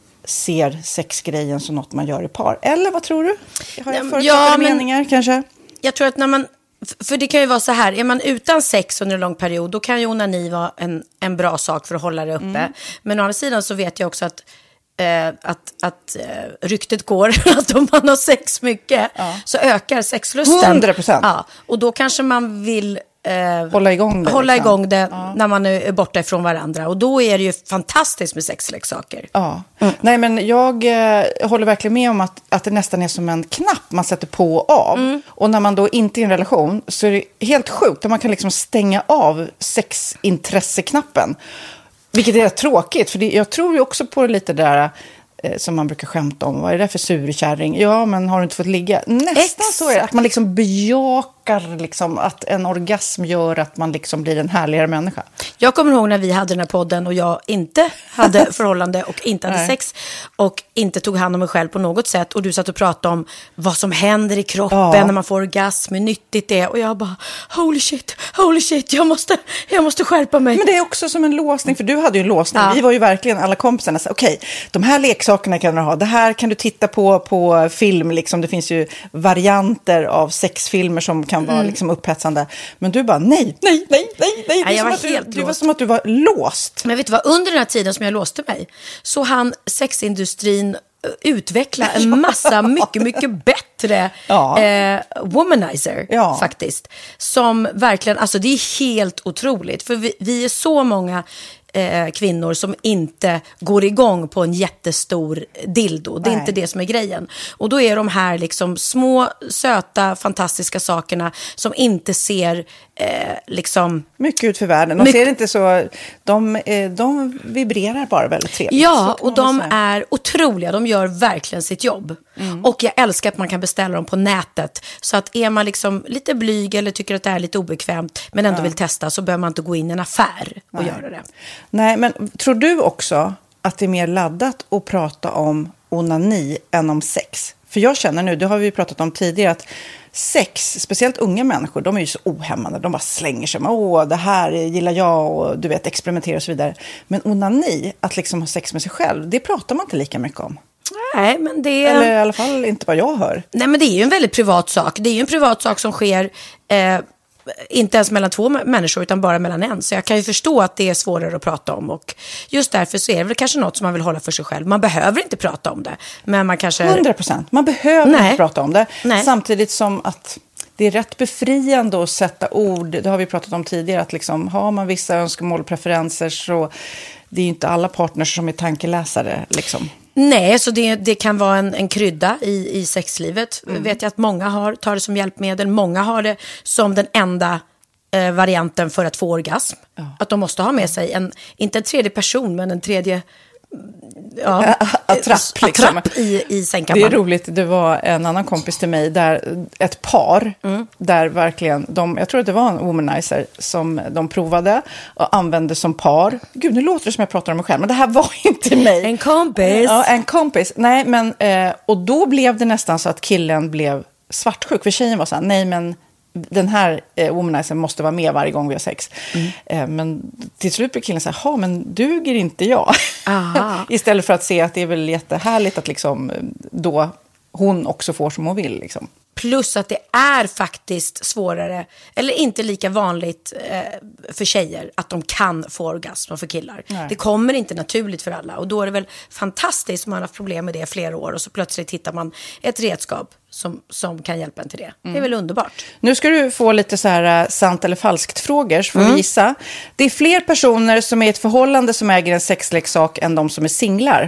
ser sexgrejen som något man gör i par. Eller vad tror du? Har jag förutsatta ja, meningar kanske? Jag tror att när man, för det kan ju vara så här, är man utan sex under en lång period, då kan ju onani vara en, en bra sak för att hålla det uppe. Mm. Men å andra sidan så vet jag också att eh, att, att eh, ryktet går att om man har sex mycket ja. så ökar sexlusten. hundra procent. Ja, och då kanske man vill Eh, hålla igång det, hålla liksom. igång det ja. när man är borta ifrån varandra. Och då är det ju fantastiskt med sexleksaker. Ja. Mm. Nej, men jag eh, håller verkligen med om att, att det nästan är som en knapp man sätter på och av. Mm. Och när man då inte är i en relation så är det helt sjukt. Man kan liksom stänga av sexintresseknappen. Vilket är tråkigt. För det, jag tror ju också på lite där som man brukar skämta om. Vad är det för surkärring? Ja, men har du inte fått ligga? Nästan Exakt. Så är det. Att man liksom bejakar liksom att en orgasm gör att man liksom blir en härligare människa. Jag kommer ihåg när vi hade den här podden och jag inte hade förhållande och inte hade sex och inte tog hand om mig själv på något sätt. Och du satt och pratade om vad som händer i kroppen ja. när man får orgasm, hur nyttigt det är. Och jag bara, holy shit, holy shit, jag måste, jag måste skärpa mig. Men det är också som en låsning, för du hade ju en låsning. Ja. Vi var ju verkligen alla kompisarna. Okej, okay, de här leksakerna kan du ha. Det här kan du titta på på film. Liksom. Det finns ju varianter av sexfilmer som kan vara mm. liksom upphetsande. Men du bara, nej, nej, nej, nej, nej. nej jag var helt du, det var som att du var låst. Men vet du vad, under den här tiden som jag låste mig så han sexindustrin utveckla en massa mycket, mycket bättre ja. eh, womanizer ja. faktiskt. Som verkligen, alltså det är helt otroligt. För vi, vi är så många eh, kvinnor som inte går igång på en jättestor dildo. Det är Nej. inte det som är grejen. Och då är de här liksom små, söta, fantastiska sakerna som inte ser eh, liksom... mycket ut för världen. De My- ser inte så... De, eh, de vibrerar bara väldigt trevligt. Ja, och de säga. är otroliga. De gör verkligen sitt jobb. Mm. Och jag älskar att man kan beställa dem på nätet. Så att är man liksom lite blyg eller tycker att det är lite obekvämt men ändå ja. vill testa, så behöver man inte gå in i en affär och Nej. göra det. Nej, men tror du också att det är mer laddat att prata om onani än om sex? För jag känner nu, det har vi pratat om tidigare, att sex, speciellt unga människor, de är ju så ohämmande. De bara slänger sig med, åh, det här gillar jag och du vet, experimentera och så vidare. Men onani, att liksom ha sex med sig själv, det pratar man inte lika mycket om. Nej, men det... Eller i alla fall inte vad jag hör. Nej, men det är ju en väldigt privat sak. Det är ju en privat sak som sker... Eh... inte ens mellan två människor utan bara mellan en. Så jag kan ju förstå att det är svårare att prata om. Och just därför så är det väl kanske något som man vill hålla för sig själv. Man behöver inte prata om det. Men man kanske... hundra procent. Man behöver Nej. inte prata om det. Nej. Samtidigt som att det är rätt befriande att sätta ord. Det har vi pratat om tidigare. Att liksom, har man vissa önskemål och preferenser så det är ju inte alla partners som är tankeläsare liksom. Nej, så det, det kan vara en, en krydda i, i sexlivet. Mm. Vet jag att många har, tar det som hjälpmedel. Många har det som den enda eh, varianten för att få orgasm. Ja. Att de måste ha med sig en, inte en tredje person, men en tredje... Ja, attrapp, liksom. attrapp i, i sängkammaren. Det är roligt, det var en annan kompis till mig där ett par mm. där verkligen de, jag tror att det var en womanizer som de provade och använde som par. Gud, nu låter det som jag pratar om mig själv, men det här var inte mig. En kompis. Ja, en kompis. Nej, men eh, och då blev det nästan så att killen blev svartsjuk, för tjejen var så här, nej men den här eh, womanizern måste vara med varje gång vi har sex. Mm. Eh, men till slut blir killen så här, ja men duger inte jag? Istället för att se att det är väl jättehärligt att liksom då hon också får som hon vill liksom. Plus att det är faktiskt svårare, eller inte lika vanligt eh, för tjejer att de kan få orgasm för killar. Nej. Det kommer inte naturligt för alla. Och då är det väl fantastiskt om man har haft problem med det flera år och så plötsligt hittar man ett redskap som, som kan hjälpa en till det. Mm. Det är väl underbart. Nu ska du få lite så här sant eller falskt frågor, så får mm. vi gissa. Det är fler personer som är i ett förhållande som äger en sexleksak än de som är singlar.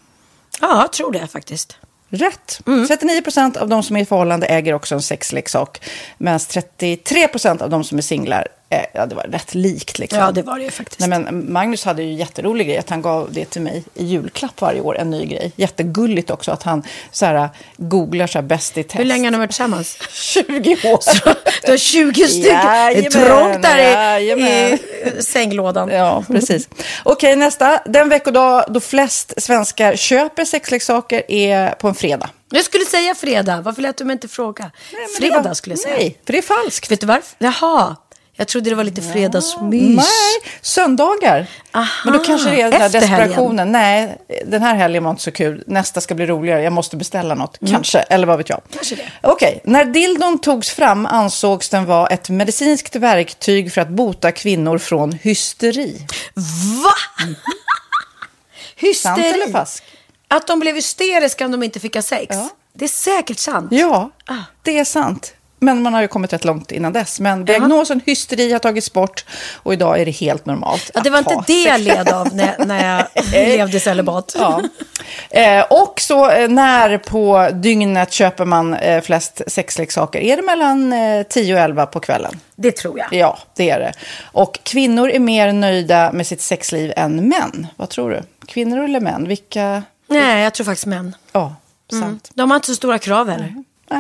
Ja, jag tror det faktiskt. Rätt. Mm. trettionio procent av de som är i förhållande äger också en sexleksak. Medan trettiotre procent av de som är singlar, äh, ja det var rätt likt liksom. Ja, det var det ju faktiskt. Nej, men Magnus hade ju jätterolig grej att han gav det till mig i julklapp varje år, en ny grej. Jättegulligt också att han så här, googlar så här bäst i test. Hur länge har ni varit tillsammans? tjugo år. Så, du har tjugo stycken. Ja, det är trångt där ja, i, i sänglådan. Ja, precis. Okej, nästa. Den veckodag då flest svenskar köper sexleksaker är på en fredag. Jag skulle säga fredag. Varför lät du mig inte fråga? Nej, fredag var, skulle jag säga. Nej, för det är falskt. Vet du varför? Jaha. Jag trodde det var lite fredagsmys. Nej, söndagar. Aha, men då kanske det är den där desperationen. Helgen. Nej, den här helgen var inte så kul. Nästa ska bli roligare. Jag måste beställa något. Mm. Kanske, eller vad vet jag. Kanske det. Okej, när dildon togs fram ansågs den vara ett medicinskt verktyg för att bota kvinnor från hysteri. Va? Mm. Hysteri? Sant eller falskt? Att de blev hysteriska om de inte fick ha sex. Ja. Det är säkert sant. Ja, ah. det är sant. Men man har ju kommit rätt långt innan dess. Men diagnosen hysteri har tagits bort och idag är det helt normalt. Ja, det var inte det jag led av när, när jag levde i celibat. Ja. Eh, och så eh, när på dygnet köper man eh, flest sexleksaker? Är det mellan eh, tio och elva på kvällen? Det tror jag. Ja, det är det. Och kvinnor är mer nöjda med sitt sexliv än män. Vad tror du? Kvinnor eller män? Vilka... Nej, jag tror faktiskt män. Ja, sant. Mm. De har inte så stora krav heller. Nej. Nej.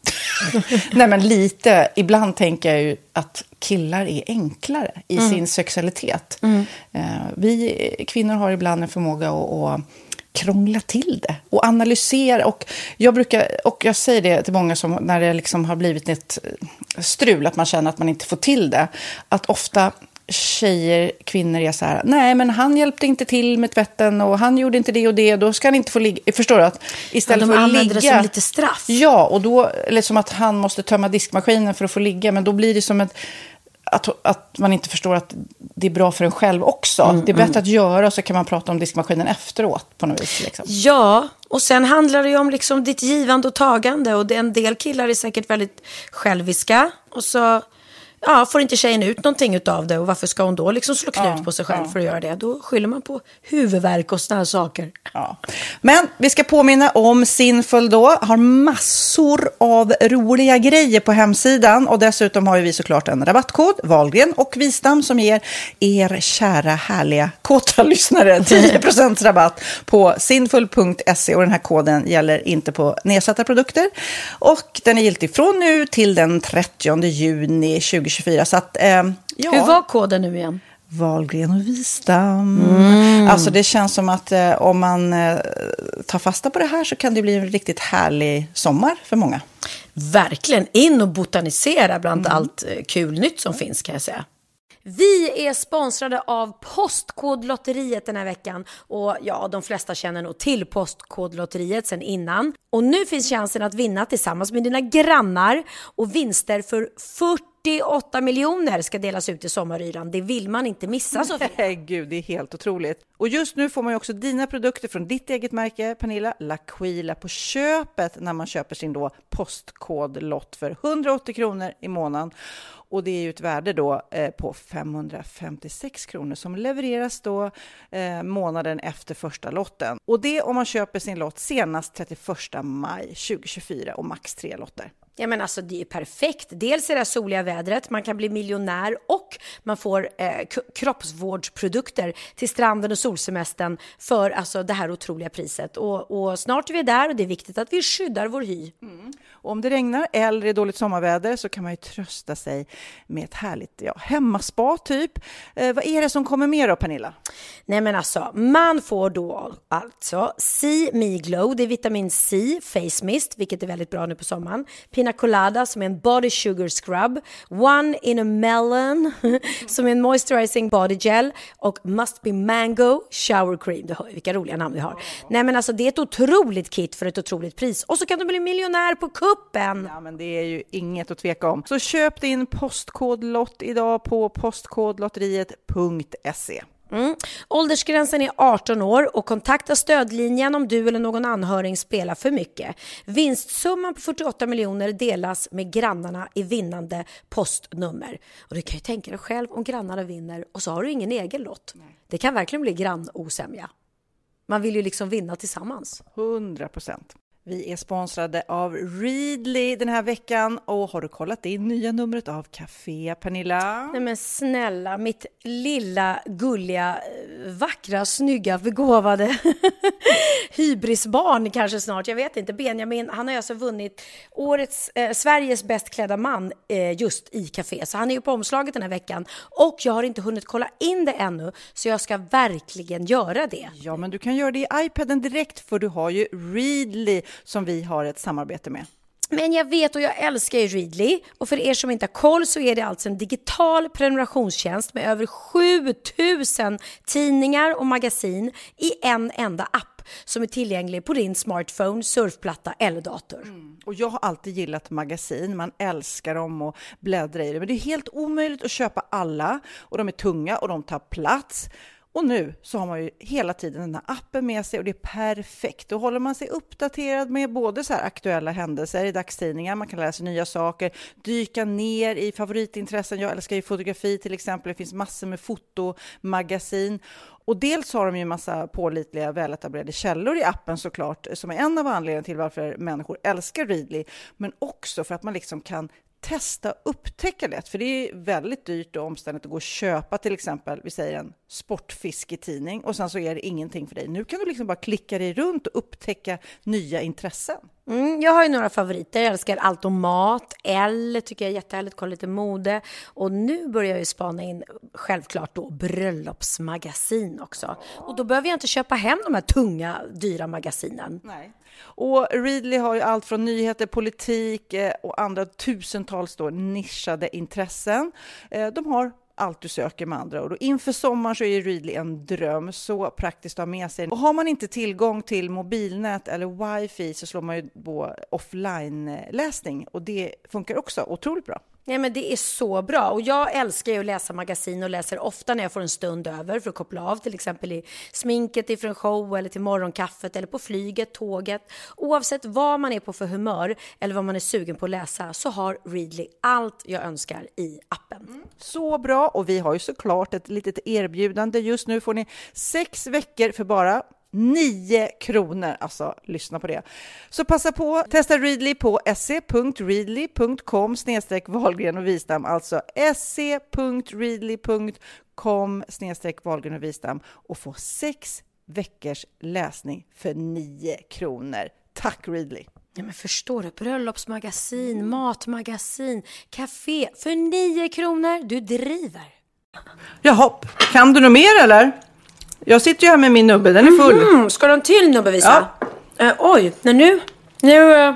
Nej, men lite. Ibland tänker jag ju att killar är enklare i mm. sin sexualitet. Mm. Uh, vi kvinnor har ibland en förmåga att, att krångla till det och analysera. Och jag brukar, och jag säger det till många som när det liksom har blivit ett strul, att man känner att man inte får till det. Att ofta tjejer, kvinnor är så här, nej men han hjälpte inte till med tvätten och han gjorde inte det och det, då ska han inte få ligga. Förstår du? Att istället ja, de för att ligga. använder det som lite straff. Ja, och då, eller som att han måste tömma diskmaskinen för att få ligga, men då blir det som ett, att, att man inte förstår att det är bra för en själv också. Mm, det är bättre mm. att göra, och så kan man prata om diskmaskinen efteråt på något vis. Liksom. Ja, och sen handlar det ju om liksom ditt givande och tagande, och det, en del killar är säkert väldigt själviska, och så ja, får inte tjejen ut någonting utav det, och varför ska hon då liksom slå knut ja, på sig själv ja. för att göra det? Då skyller man på huvudvärk och såna här saker. Ja. Men vi ska påminna om Sinful då. Har massor av roliga grejer på hemsidan, och dessutom har vi såklart en rabattkod, Wahlgren och Wistam, som ger er kära härliga kåta lyssnare tio procent rabatt på sinful punkt se, och den här koden gäller inte på nedsatta produkter, och den är giltig från nu till den trettionde juni tjugohundratjugofyra. Så att, eh, ja. Hur var koden nu igen? Wahlgren och Wistam. Mm. Alltså det känns som att eh, om man eh, tar fasta på det här så kan det bli en riktigt härlig sommar för många. Verkligen, in och botanisera bland mm. allt eh, kul nytt som finns, kan jag säga. Vi är sponsrade av Postkodlotteriet den här veckan, och ja, de flesta känner nog till Postkodlotteriet sedan innan. Och nu finns chansen att vinna tillsammans med dina grannar, och vinster för fyrtioåtta miljoner ska delas ut i sommaryran. Det vill man inte missa, Sofia. Nej, gud, det är helt otroligt. Och just nu får man ju också dina produkter från ditt eget märke, Pernilla, L'Aquila, på köpet när man köper sin då postkodlott för hundraåttio kronor i månaden. Och det är ju ett värde då eh, på femhundrafemtiosex kronor som levereras då eh, månaden efter första lotten. Och det om man köper sin lott senast trettioförsta maj tjugohundratjugofyra, och max tre lotter. Ja, men alltså det är perfekt. Dels är det soliga vädret, man kan bli miljonär och man får eh, k- kroppsvårdsprodukter till stranden och solsemestern för alltså, det här otroliga priset. Och, och snart är vi där och det är viktigt att vi skyddar vår hy. Mm. Och om det regnar eller är dåligt sommarväder så kan man ju trösta sig med ett härligt ja, hemmaspa typ. Eh, vad är det som kommer mer då, Pernilla? Nej men alltså, man får då alltså See Me Glow, det är vitamin C, face mist, vilket är väldigt bra nu på sommaren. Pina Colada som är en body sugar scrub, One in a Melon som är en moisturizing body gel och Must Be Mango shower cream. Du hör ju vilka roliga namn vi har. Nej men alltså det är ett otroligt kit för ett otroligt pris. Och så kan du bli miljonär på kuppen. Ja men det är ju inget att tveka om. Så köp din postkodlott idag på postkodlotteriet punkt se. Mm. Åldersgränsen är arton år och kontakta stödlinjen om du eller någon anhörig spelar för mycket. Vinstsumman på fyrtioåtta miljoner delas med grannarna i vinnande postnummer. Och du kan ju tänka dig själv om grannarna vinner och så har du ingen egen lott. Nej. Det kan verkligen bli grannosämja. Man vill ju liksom vinna tillsammans. hundra procent. Vi är sponsrade av Readly den här veckan och har du kollat det nya numret av Café, Pernilla? Nej men snälla, mitt lilla, gulliga, vackra, snygga, begåvade hybrisbarn kanske snart, jag vet inte. Benjamin, han har alltså vunnit årets, eh, Sveriges bäst klädda man eh, just i Café. Så han är ju på omslaget den här veckan och jag har inte hunnit kolla in det ännu så jag ska verkligen göra det. Ja men du kan göra det i iPaden direkt för du har ju Readly som vi har ett samarbete med. Men jag vet och jag älskar ju Readly och för er som inte har koll så är det alltså en digital prenumerationstjänst med över sjutusen tidningar och magasin i en enda app som är tillgänglig på din smartphone, surfplatta eller dator. Mm. Och jag har alltid gillat magasin, man älskar dem och bläddra i det men det är helt omöjligt att köpa alla och de är tunga och de tar plats. Och nu så har man ju hela tiden den här appen med sig och det är perfekt. Då håller man sig uppdaterad med både så här aktuella händelser i dagstidningar. Man kan lära sig nya saker, dyka ner i favoritintressen. Jag älskar ju fotografi till exempel. Det finns massor med fotomagasin. Och dels har de ju en massa pålitliga, väletablerade källor i appen såklart. Som är en av anledningarna till varför människor älskar Readly. Men också för att man liksom kan testa upptäcka det. För det är väldigt dyrt och omständigt att gå och köpa till exempel, vi säger en sportfisketidning och sen så är det ingenting för dig. Nu kan du liksom bara klicka dig runt och upptäcka nya intressen. Mm, jag har ju några favoriter. Jag älskar allt om mat. Eller tycker jag är jättehärligt. Kolla lite mode. Och nu börjar jag ju spana in självklart då bröllopsmagasin också. Och då behöver jag inte köpa hem de här tunga, dyra magasinen. Nej. Och Readly har ju allt från nyheter, politik och andra tusentals då nischade intressen. De har allt du söker med andra ord. Och inför sommaren så är Readly en dröm, så praktiskt att ha med sig. Och har man inte tillgång till mobilnät eller wifi så slår man ju på offline-läsning och det funkar också otroligt bra. Ja, men det är så bra och jag älskar ju att läsa magasin och läser ofta när jag får en stund över för att koppla av, till exempel i sminket ifrån en show eller till morgonkaffet eller på flyget, tåget. Oavsett vad man är på för humör eller vad man är sugen på att läsa så har Readly allt jag önskar i appen. Mm. Så bra, och vi har ju såklart ett litet erbjudande. Just nu får ni sex veckor för bara nio kronor, alltså lyssna på det. Så passa på, testa Readly på se punkt readly punkt com snedstreck Wahlgren och Wistam, alltså se punkt readly punkt com snedstreck Wahlgren och Wistam och få sex veckors läsning för nio kronor. Tack Readly! Ja, men förstår du, bröllopsmagasin, matmagasin, café för nio kronor, du driver. Jaha, kan du något mer eller? Jag sitter ju här med min nubbe, den är full. Mm, ska de till nubbe visa? Ja. Uh, oj, nej nu... Nu... Uh...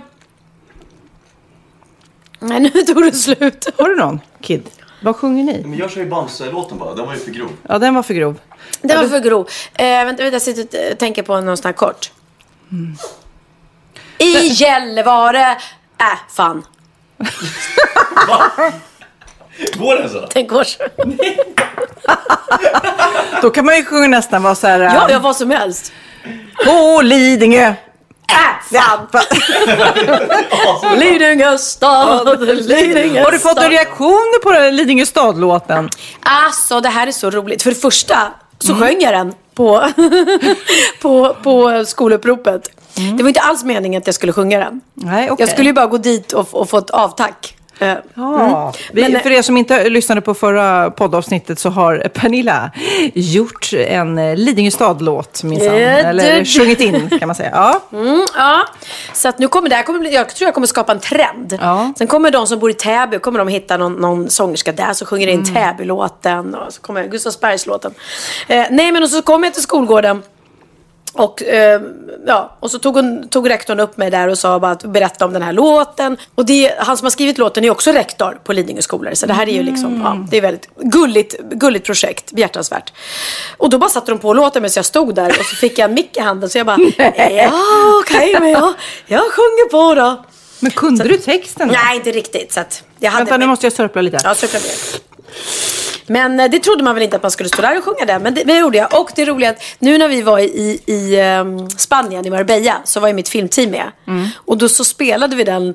Nej, nu tog det slut. Har du någon, Kid? Vad sjunger ni? Men jag kör ju Bamse-låten bara, den var ju för grov. Ja, den var för grov. Den var för grov. Uh, vänta, vänta, jag sitter och tänker på någon sån här kort. Mm. I Gällivare... Äh, fan. Va? Går den så? Den går så. Då kan man ju sjunga nästan vara så här... Ja, jag vad som helst. På Lidingö. Äh, fan. Lidingö stad, Lidingö. Har du fått några reaktioner på Lidingö stad-låten? Alltså, det här är så roligt. För det första så mm. sjöng jag den på, på, på skoluppropet. Mm. Det var inte alls meningen att jag skulle sjunga den. Nej, okay. Jag skulle ju bara gå dit och, och få ett avtack. Uh, ja. mm. Vi, Men, för er som inte lyssnade på förra poddavsnittet så har Pernilla gjort en Lidingö stad-låt minsann, uh, eller sjungit in kan man säga. Ja. Mm, ja. Så att nu kommer det här kommer bli, jag tror jag kommer skapa en trend. Ja. Sen kommer de som bor i Täby, kommer de hitta någon, någon sångerska där så sjunger in mm. Täby-låten och så kommer Gustavsbergs-låten. Uh, nej men och så kommer jag till skolgården. Och, eh, ja, och så tog, hon, tog rektorn upp mig där och sa bara att berätta om den här låten. Och det, han som har skrivit låten är också rektor på Lidingö skolor. Så det här är ju liksom, mm. ja, det är väldigt gulligt, gulligt projekt, behjärtansvärt. Och då bara satte de på låten medan jag stod där och så fick jag en mick i handen. Så jag bara, ja okej, okay, men jag, jag sjunger på då. Men kunde så, du texten då? Nej, inte riktigt. Så att jag hade Vänta, nu måste jag sörpla lite. Ja, sörpla mer. Men det trodde man väl inte att man skulle stå där och sjunga det. Men det, det gjorde jag. Och det är roligt att nu när vi var i, i um, Spanien, i Marbella, så var ju mitt filmteam med. Mm. Och då så spelade vi den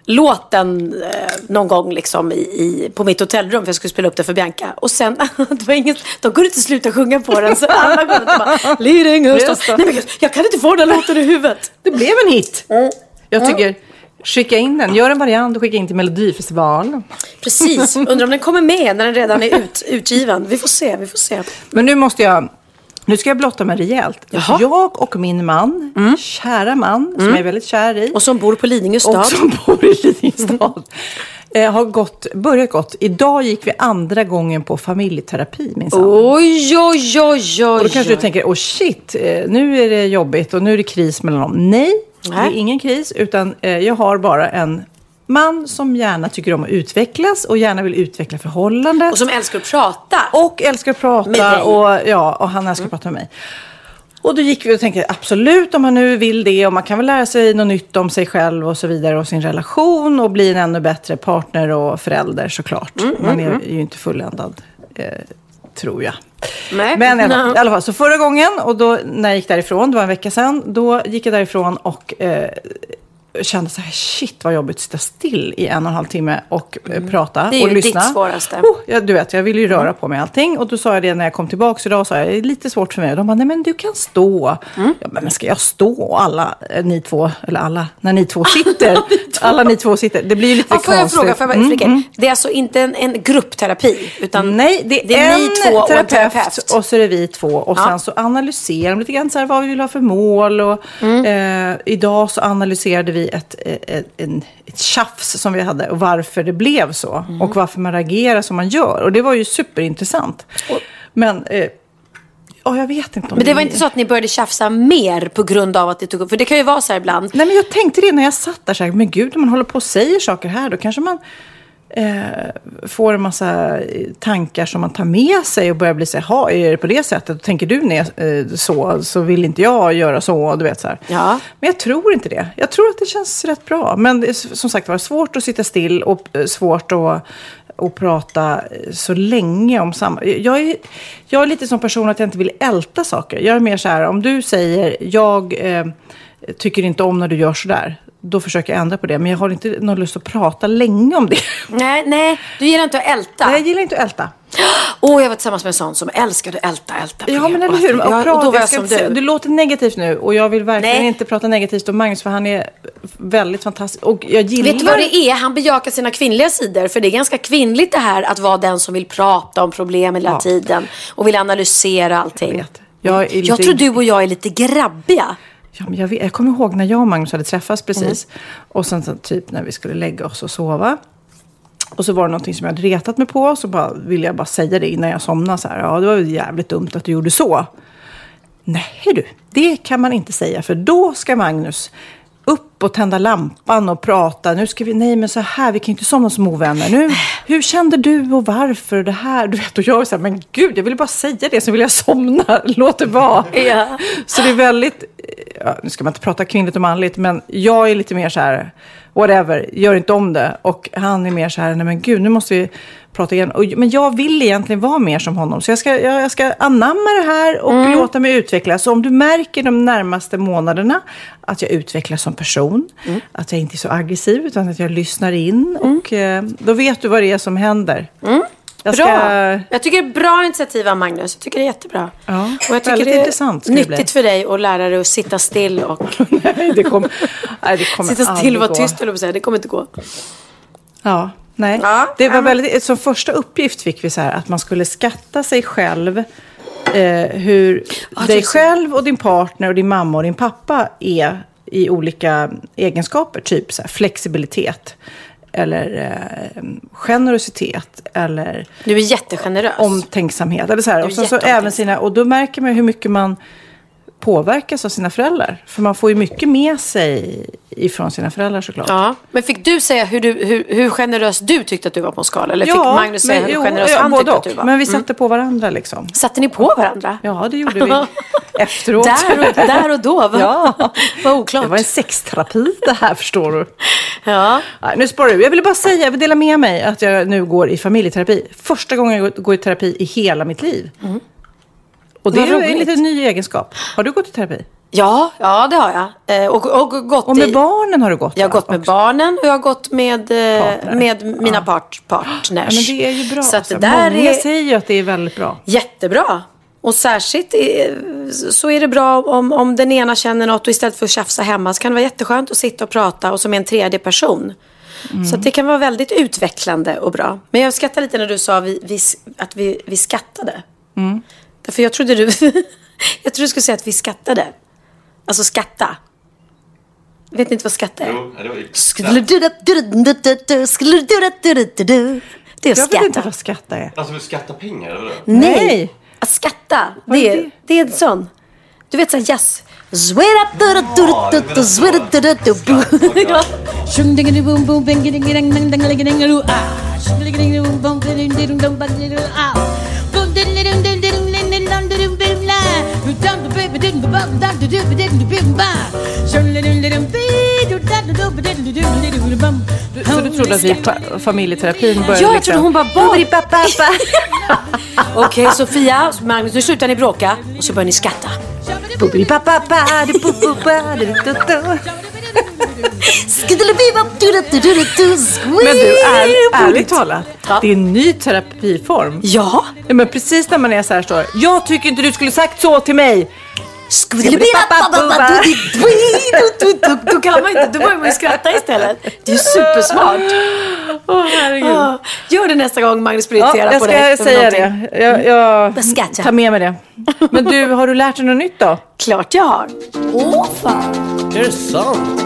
låten eh, någon gång liksom i, i, på mitt hotellrum. För jag skulle spela upp det för Bianca. Och sen, det var inget, de kunde inte sluta sjunga på den. Så alla går och bara, Lidingö stad. Nej men jag kan inte få den låten i huvudet. Det blev en hit. Mm. Jag tycker... Mm. Skicka in den, gör en variant och skicka in till Melodifestivalen. Precis, undrar om den kommer med när den redan är ut, utgiven. Vi får se, vi får se. Men nu måste jag, nu ska jag blotta mig rejält. Jaha. Jag och min man, mm. kära man, mm. som jag är väldigt kär i. Och som bor på Lidingö stad. Och som bor i Lidingö stad. Mm. har gått, börjat gått. Idag gick vi andra gången på familjeterapi minsann. Oj, oj, oj, oj. Och då kanske du tänker, åh shit, nu är det jobbigt och nu är det kris mellan dem. Nej. Det är ingen kris, utan eh, jag har bara en man som gärna tycker om att utvecklas och gärna vill utveckla förhållandet. Och som älskar att prata. Och älskar att prata och, ja, och han älskar att mm. prata med mig. Och då gick vi och tänkte, absolut om man nu vill det och man kan väl lära sig något nytt om sig själv och så vidare och sin relation och bli en ännu bättre partner och förälder såklart. Mm, man är mm. ju inte fulländad, eh, tror jag. Nej. Men i alla, fall, i alla fall, så förra gången och då när jag gick därifrån, det var en vecka sedan, då gick jag därifrån och eh, kände så här, shit vad jobbigt att sitta still i en och en halv timme och eh, mm. prata och lyssna. Det är ju lyssna. ditt svåraste. Oh, ja, du vet, jag ville ju röra mm. på mig allting och då sa jag det när jag kom tillbaka idag, sa jag, det är lite svårt för mig. Och de bara, nej men du kan stå. Mm. Ja, men ska jag stå alla, ni två, eller alla, när ni två sitter, alla ni två sitter, det blir ju lite ja, får konstigt. Får jag fråga, får jag mm, mm. Det är alltså inte en, en gruppterapi, utan nej, det är, det är en ni två och terapeut, en terapeut. Och så är det vi två. Och ja. Sen så analyserar de lite grann så här, vad vi vill ha för mål. Och, mm. eh, idag så analyserade vi ett, ett, en, ett tjafs som vi hade och varför det blev så. Mm. Och varför man reagerar som man gör. Och det var ju superintressant. Och, Men... Eh, Oh, jag vet inte om men det var inte så att ni började tjafsa mer på grund av att det tog upp. För det kan ju vara så här ibland. Nej, men jag tänkte det när jag satt där så här, men gud, om man håller på och säger saker här, då kanske man eh, får en massa tankar som man tar med sig och börjar bli så här, är det på det sättet? Tänker du ner eh, så, så vill inte jag göra så, du vet så här. Ja. Men jag tror inte det. Jag tror att det känns rätt bra. Men det är, som sagt, det var svårt att sitta still och svårt att och prata så länge om samma... Jag är, jag är lite som person att jag inte vill älta saker. Jag är mer så här, om du säger, jag eh, tycker inte om när du gör så där, då försöker jag ändra på det. Men jag har inte någon lust att prata länge om det. Nej, nej, du gillar inte att älta. Nej, jag gillar inte att älta. Åh, oh, jag var tillsammans med en sån som älskade att älta, älta. Ja, men eller hur? Och jag, prata, och då var jag jag som du. du. Du låter negativt nu och jag vill verkligen nej. inte prata negativt om Magnus för han är väldigt fantastisk. Och jag gillar... Vet du vad det är? Han bejakar sina kvinnliga sidor för det är ganska kvinnligt det här att vara den som vill prata om problem hela ja. tiden och vill analysera allting. Jag vet. Jag, är lite... jag tror du och jag är lite grabbiga. Ja, men jag, vet, jag kommer ihåg när jag och Magnus hade träffats precis. Mm. Och sen så, typ när vi skulle lägga oss och sova. Och så var det någonting som jag hade retat mig på. Så bara, ville jag bara säga det innan jag somnade. Så här, ja, det var jävligt dumt att du gjorde så. Nej du, det kan man inte säga. För då ska Magnus upp och tända lampan och prata. Nu ska vi, nej men så här, vi kan inte somna som ovänner. Nu, hur kände du och varför det här? Du vet, och jag är så här, men gud, jag ville bara säga det så vill jag somna. Låt det vara. Ja. Så det är väldigt, ja, nu ska man inte prata kvinnligt och manligt, men jag är lite mer så här, whatever, gör inte om det. Och han är mer så här, nej men gud, nu måste vi prata igen. Och, men jag vill egentligen vara mer som honom. Så jag ska, jag, jag ska anamma det här och mm. låta mig utvecklas. Så om du märker de närmaste månaderna att jag utvecklas som person. Mm. Att jag inte är så aggressiv utan att jag lyssnar in. Mm. Och eh, då vet du vad det är som händer. Mm. Jag bra. ska... Jag tycker det är bra initiativ av Magnus. Jag tycker det är jättebra. Ja, och jag tycker det är intressant, nyttigt för dig att lära dig att sitta still och... nej, det kommer, nej, det kommer sitta still och vara tyst, eller säga. Det kommer inte gå. Ja, nej. Ja, det var väldigt... Som första uppgift fick vi så här att man skulle skatta sig själv. Eh, hur ja, dig själv och din partner och din mamma och din pappa är i olika egenskaper. Typ så här, flexibilitet. Eller eh, generositet. Eller du är jättegenerös. Omtänksamhet. Eller så här. Och, så, så även sina, och då märker man hur mycket man påverkas av sina föräldrar. För man får ju mycket med sig ifrån sina föräldrar såklart. Ja, men fick du säga hur, du, hur, hur generös du tyckte att du var på en skala? Eller fick ja, Magnus säga men, hur jo, generös ja, han tyckte att du var? Men vi satte mm. på varandra liksom. Satte ni på varandra? Ja, det gjorde vi efteråt. där, och, där och då, va? Ja, vad oklart. Det var en sexterapi det här, förstår du. Ja. Nej, nu sparar du. Jag ville bara säga, jag vill dela med mig att jag nu går i familjeterapi. Första gången jag går i terapi i hela mitt liv. Mm. Och det är en liten ny egenskap. Har du gått i terapi? Ja, ja det har jag. Eh, och, och, gått och med i, barnen har du gått? Jag har gått med också. barnen och jag har gått med, eh, med mina ja. part, partners. Ja, men det är ju bra. Så att det där Många är, säger ju att det är väldigt bra. Jättebra. Och särskilt är, så är det bra om, om den ena känner något och istället för att tjafsa hemma så kan det vara jätteskönt att sitta och prata och som en tredje person. Mm. Så att det kan vara väldigt utvecklande och bra. Men jag skrattade lite när du sa vi, vi, att vi, vi skattade. Mm. Därför jag trodde du jag trodde du skulle säga att vi skattade. Alltså skatta. Vet ni inte vad skatta är? Jo, det var ju Skulle du du skulle du du du det är jag skatta. vet inte vad skatta är. Alltså skatta pengar eller? Nej. Att skatta. Det är det är en sån. Du vet så här jazz. Så du trodde att vi familjeterapin började ja, jag liksom... trodde hon bara Okej, okay, Sofia, Magnus, nu slutar ni bråka och så börjar ni skatta. Men du, är, ärligt talat, ja. Det är en ny terapiform. Ja. Men precis när man är så här står, jag tycker inte du skulle sagt så till mig. Då kan man inte, då börjar man ju skratta istället. Det är supersmart. Åh oh, herregud. Oh, gör det nästa gång Magnus prioriterar ja, på dig. Jag ska säga det. Jag, jag tar med mig det. Men du, har du lärt dig något nytt då? Klart jag har. Åh fan. Är det sant?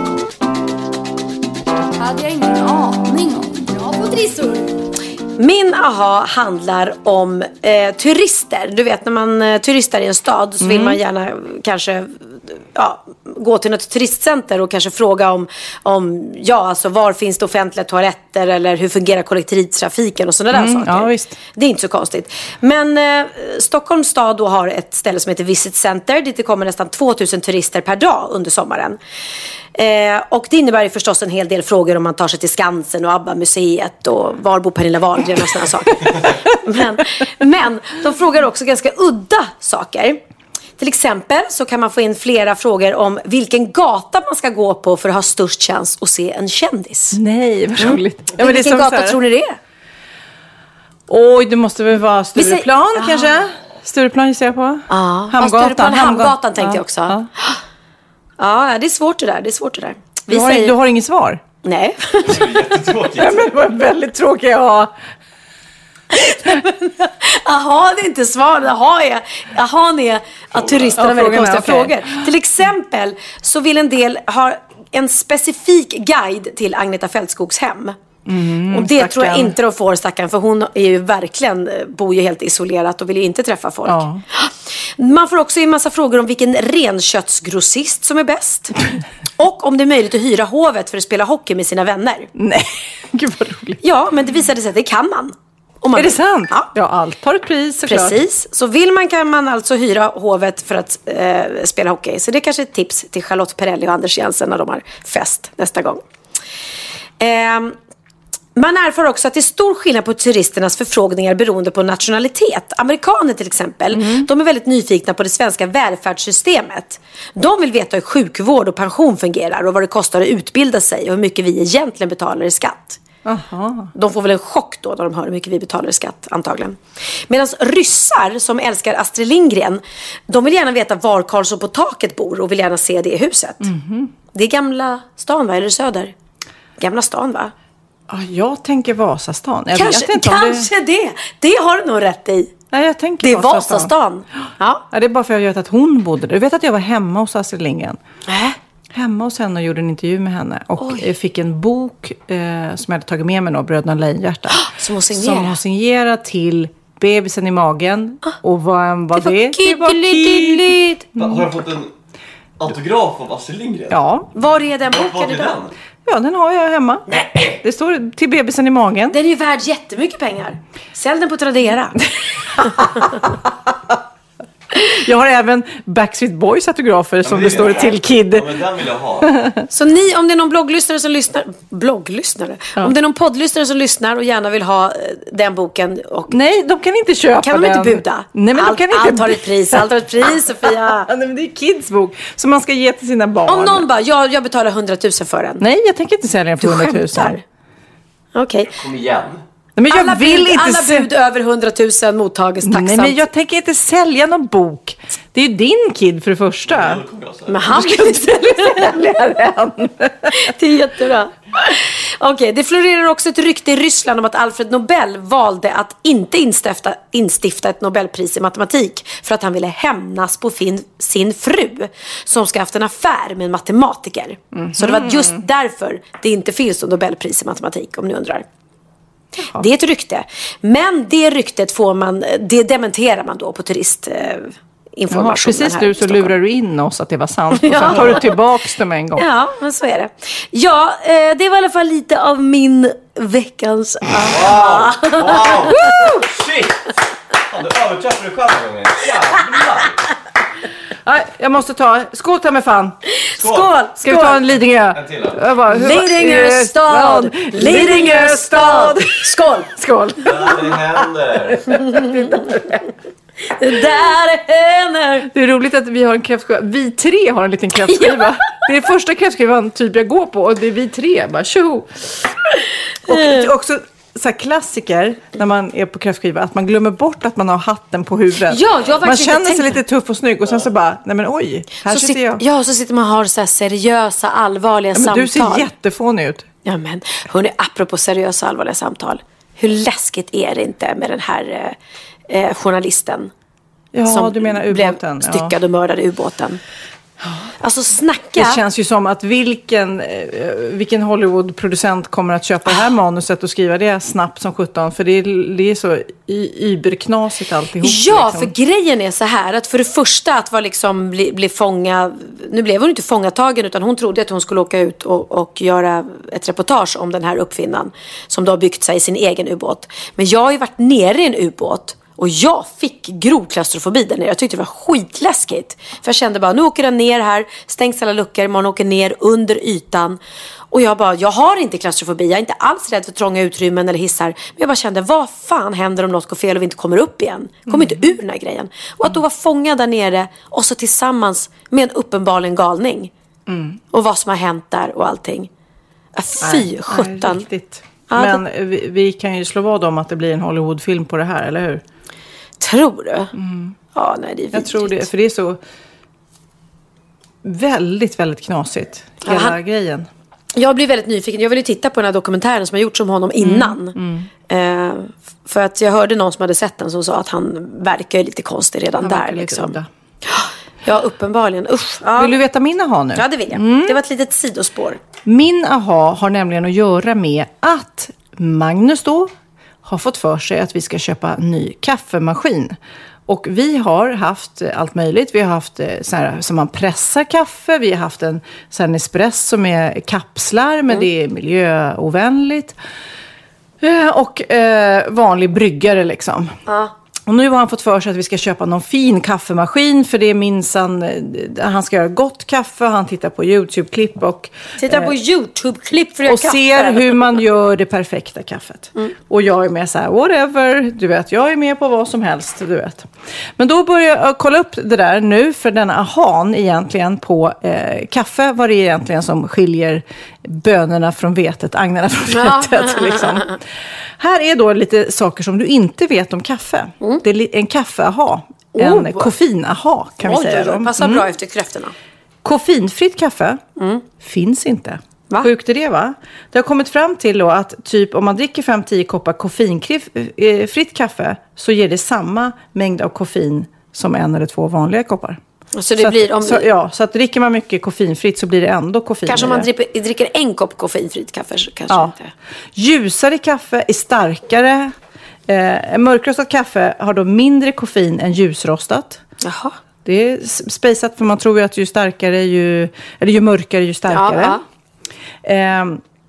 Hade jag ingen aning om. Bra på trissor. Min aha handlar om eh, turister. Du vet när man eh, turistar i en stad så vill mm. man gärna kanske ja, gå till något turistcenter och kanske fråga om, om ja, alltså, var finns det offentliga toaletter eller hur fungerar kollektivtrafiken och sådana mm, där saker. Ja, visst. Det är inte så konstigt. Men eh, Stockholms stad då har ett ställe som heter Visit Center dit det kommer nästan tvåtusen turister per dag under sommaren. Eh, och det innebär ju förstås en hel del frågor om man tar sig till Skansen och ABBA-museet och var bor Pernilla Wahlgren och sådana saker. men, men de frågar också ganska udda saker. Till exempel så kan man få in flera frågor om vilken gata man ska gå på för att ha störst chans att se en kändis. Nej, vad roligt. Mm. Ja, men vilken gata tror ni det är? Oj, det måste väl vara Stureplan säger, kanske? Ah. Stureplan gissar jag på. Ah. Hamngatan. Ja, Stureplan, Hamngatan tänkte ah. jag också. Ah. Ja, det är svårt det där. Det är svårt det där. Vi du, har, säger... du har ingen svar? Nej. Det är jättetråkigt. Ja, men det var väldigt tråkigt att ha. Jaha, det är inte svar. Jaha är, jaha, är att turisterna har väldigt konstiga okay. frågor. Till exempel så vill en del ha en specifik guide till Agneta Fältskogs hem. Mm, och det stackarn. Tror jag inte de får, stackarn, för hon är ju verkligen, bor ju helt isolerat och vill ju inte träffa folk. Ja. Man får också en massa frågor om vilken renköttsgrossist som är bäst. Och om det är möjligt att hyra hovet för att spela hockey med sina vänner. Nej, gud vad roligt. Ja, men det visade sig att det kan man. Om man är det sant? Ja. Ja, allt har ett pris såklart. Precis, så vill man kan man alltså hyra hovet för att eh, spela hockey. Så det är kanske ett tips till Charlotte Perrelli och Anders Jensen när de har fest nästa gång. Ehm... Man erfar också att det är stor skillnad på turisternas förfrågningar beroende på nationalitet. Amerikaner till exempel, mm. de är väldigt nyfikna på det svenska välfärdssystemet. De vill veta hur sjukvård och pension fungerar och vad det kostar att utbilda sig och hur mycket vi egentligen betalar i skatt. Aha. De får väl en chock då när de hör hur mycket vi betalar i skatt, antagligen. Medan ryssar som älskar Astrid Lindgren, de vill gärna veta var Karlsson på taket bor och vill gärna se det huset. Mm-hmm. Det är Gamla stan, va? Eller Söder? Gamla stan, va? Ja, jag tänker Vasastan. Jag kanske vet inte kanske det... det. Det har du nog rätt i. Nej, jag tänker det är Vasastan. Vasastan. Ja. Ja, det är bara för att jag vet att hon bodde där. Du vet att jag var hemma hos Astrid Lindgren. Äh? Hemma hos henne och gjorde en intervju med henne. Och Oj. jag fick en bok eh, som jag hade tagit med mig då, Bröderna Lejonhjärta. Som hon signerat. Som hon signerat till bebisen i magen. Ah. Och vad var det? Det var Kid. Har du fått en autograf av Astrid Lindgren? Ja. Var är den boken var är idag? den? Ja, den har jag hemma. Nej. Det står till bebisen i magen. Den är ju värd jättemycket pengar. Sälj den på Tradera. Jag har även Backstreet Boys autografer som ja, det, det står till Kid. Ja, men den vill jag ha. Så ni, om det är någon blogglyssnare som lyssnar, blogglyssnare? Ja. Om det är någon poddlyssnare som lyssnar och gärna vill ha den boken och... Nej, de kan inte köpa kan den. Kan de inte buda? Nej, men allt, de kan inte... allt har ett pris, allt har ett pris, Sofia. Nej, men det är Kids bok som man ska ge till sina barn. Om någon bara, jag, jag betalar hundratusen för den. Nej, jag tänker inte sälja den för hundratusen. Okej. Okay. Kom igen. Nej, men jag alla vill bud, inte alla se... bud över hundratusen mottages tacksamt. Nej, men jag tänker inte sälja någon bok. Det är ju din Kid för det första. Men han ska inte sälja den. Det är jättebra. Okej, okay, det florerar också ett rykte i Ryssland om att Alfred Nobel valde att inte instifta, instifta ett Nobelpris i matematik för att han ville hämnas på fin, sin fru som ska ha haft en affär med en matematiker. Mm-hmm. Så det var just därför det inte finns något Nobelpris i matematik, om ni undrar. Jaha. Det är ett rykte. Men det ryktet får man, det dementerar man då på turistinformation. Jaha, precis du så lurar du in oss att det var sant. Och ja. Sen tar du tillbaks det med en gång. Ja, men så är det. Ja, det var i alla fall lite av min veckans... Wow! Wow! Shit! Fan, du överträffar dig själv en gång. Jävlar! Nej, jag måste ta... Skål, ta mig fan. Skål! Skål! Ska vi ta en Lidingö? En till då. Jag bara, Lidingö stad! Lidingö stad! Skål! Skål! Det händer. Det där händer. Det är roligt att vi har en kräftskiva. Vi tre har en liten kräftskiva. Ja. Det är första kräftskivan typ jag går på. Och det är vi tre. Bara tjo. Och också... så här klassiker när man är på kräftskiva att man glömmer bort att man har hatten på huvudet. Ja, jag man känner sig lite tuff och snygg och sen så bara, nej men oj, här så sitter sit, jag. Ja, så sitter man och har så här seriösa, allvarliga ja, men samtal. Du ser jättefånig ut. Ja, men hörni, apropå seriösa, allvarliga samtal. Hur läskigt är det inte med den här eh, journalisten? Ja, som du menar ubåten. Blev styckad ja. och mördade ubåten. Alltså snacka. Det känns ju som att vilken, vilken Hollywood-producent kommer att köpa det här manuset och skriva det snabbt som sjutton. För det är, det är så überknasigt alltihop. Ja, liksom. För grejen är så här att för det första att vara liksom bli, bli fånga. Nu blev hon inte fångatagen utan hon trodde att hon skulle åka ut och, och göra ett reportage om den här uppfinnaren som då har byggt sig i sin egen ubåt. Men jag har ju varit nere i en ubåt. Och jag fick grov klaustrofobi där nere. Jag tyckte det var skitläskigt. För jag kände bara, nu åker den ner här. Stängs alla luckor. Man åker ner under ytan. Och jag bara, jag har inte klaustrofobi. Jag är inte alls rädd för trånga utrymmen eller hissar. Men jag bara kände, vad fan händer om något går fel och vi inte kommer upp igen? Kommer mm. inte ur den här grejen. Och att då vara fångad där nere. Och så tillsammans med en uppenbarligen galning. Mm. Och vad som har hänt där och allting. Fy sjutton. Riktigt. Ja, men det... vi, vi kan ju slå vad om att det blir en Hollywood-film på det här, eller hur? Tror du? Mm. Ja, nej, det är jag tror det, för det är så väldigt, väldigt knasigt. Hela Aha. grejen. Jag blir väldigt nyfiken. Jag vill ju titta på den här dokumentären som har gjorts om honom innan. Mm. Mm. Eh, för att jag hörde någon som hade sett den som sa att han verkar lite konstig redan han där. Liksom. Ja, uppenbarligen. Usch. Ja. Vill du veta min aha nu? Ja, det vill jag. Mm. Det var ett litet sidospår. Min aha har nämligen att göra med att Magnus då har fått för sig att vi ska köpa en ny kaffemaskin. Och vi har haft allt möjligt. Vi har haft så här, som man pressar kaffe. Vi har haft en sån espresso med kapslar. Men mm. det är miljöovänligt. Och eh, vanlig bryggare liksom. Ja. Och nu har han fått för sig att vi ska köpa någon fin kaffemaskin. För det är minsann, han ska göra gott kaffe. Han tittar på YouTube-klipp och... Tittar på eh, YouTube-klipp för att göra och kaffe. ser hur man gör det perfekta kaffet. Mm. Och jag är med så här, whatever. Du vet, jag är med på vad som helst, du vet. Men då börjar jag kolla upp det där nu. För den ahan egentligen på eh, kaffe. Vad det är egentligen som skiljer bönorna från vetet, agnarna från vetet. Liksom. Här är då lite saker som du inte vet om kaffe. Mm. Det är en kaffe-aha. En oh. koffein-aha kan Oj, vi säga. Det passar mm. bra efter kräftorna. Koffeinfritt kaffe mm. finns inte. Va? Sjukt är det, va? Det har kommit fram till då att typ om man dricker fem till tio koppar koffeinfritt kaffe så ger det samma mängd av koffein som en eller två vanliga koppar. Så det så blir att, om så, ja, så att dricker man mycket koffeinfritt så blir det ändå koffein. Kanske om man dricker, dricker en kopp koffeinfritt kaffe så kanske ja. inte. Ljusare kaffe är starkare. Eh, mörkrostat kaffe har då mindre koffein än ljusrostat. Jaha. Det är spejsat för man tror ju att ju starkare ju, eller ju mörkare ju starkare. Ja, ja. Eh,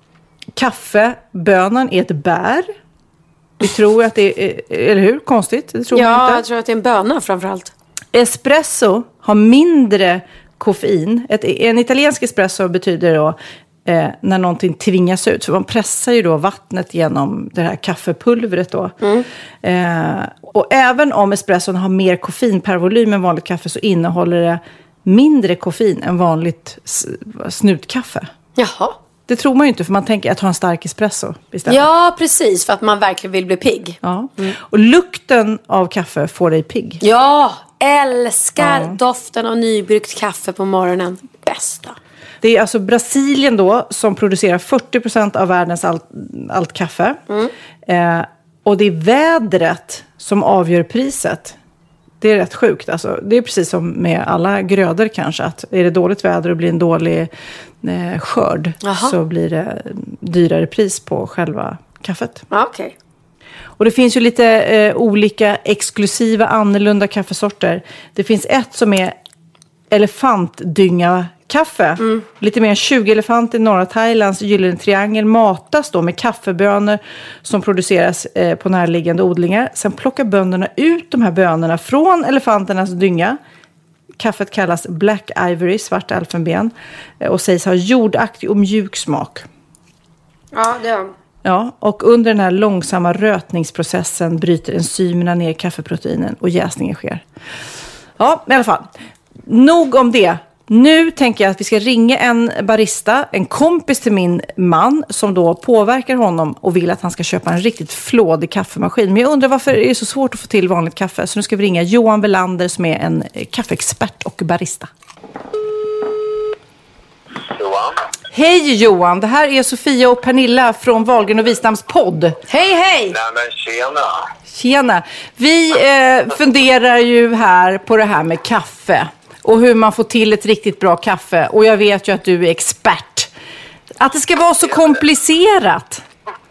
kaffebönan är ett bär. Vi tror att det är, eller hur? Konstigt? Det tror ja, man inte. Jag tror att det är en böna framförallt. Espresso har mindre koffein. Ett, en italiensk espresso betyder då eh, när någonting tvingas ut. För man pressar ju då vattnet genom det här kaffepulvret då. Mm. Eh, och även om espresson har mer koffein per volym än vanligt kaffe så innehåller det mindre koffein än vanligt snutkaffe. Jaha. Det tror man ju inte för man tänker att ha en stark espresso istället. Ja, precis. För att man verkligen vill bli pigg. Ja. Mm. Och lukten av kaffe får dig pigg. Ja, älskar ja. doften av nybryggt kaffe på morgonen. Bästa. Det är alltså Brasilien då som producerar fyrtio procent av världens allt, allt kaffe. Mm. Eh, och det är vädret som avgör priset. Det är rätt sjukt. Alltså, det är precis som med alla grödor kanske. Att är det dåligt väder och blir en dålig eh, skörd Aha. så blir det dyrare pris på själva kaffet. Okej. Okay. Och det finns ju lite eh, olika exklusiva annorlunda kaffesorter. Det finns ett som är elefantdynga kaffe. Mm. Lite mer än tjugo elefanter i norra Thailands gyllene triangel matas då med kaffebönor som produceras eh, på närliggande odlingar. Sen plockar bönderna ut de här bönorna från elefanternas dynga. Kaffet kallas Black Ivory, svart elfenben, eh, och sägs ha jordaktig och mjuk smak. Ja, det är. Ja, och under den här långsamma rötningsprocessen bryter enzymerna ner kaffeproteinen och jäsningen sker. Ja, i alla fall. Nog om det. Nu tänker jag att vi ska ringa en barista, en kompis till min man som då påverkar honom och vill att han ska köpa en riktigt flådig kaffemaskin. Men jag undrar varför det är så svårt att få till vanligt kaffe. Så nu ska vi ringa Johan Welander som är en kaffeexpert och barista. Johan. Hej Johan, det här är Sofia och Pernilla från Wahlgren och Wistams podd. Hej hej! Nej men tjena. Tjena. Vi eh, funderar ju här på det här med kaffe. Och hur man får till ett riktigt bra kaffe. Och jag vet ju att du är expert. Att det ska vara så komplicerat.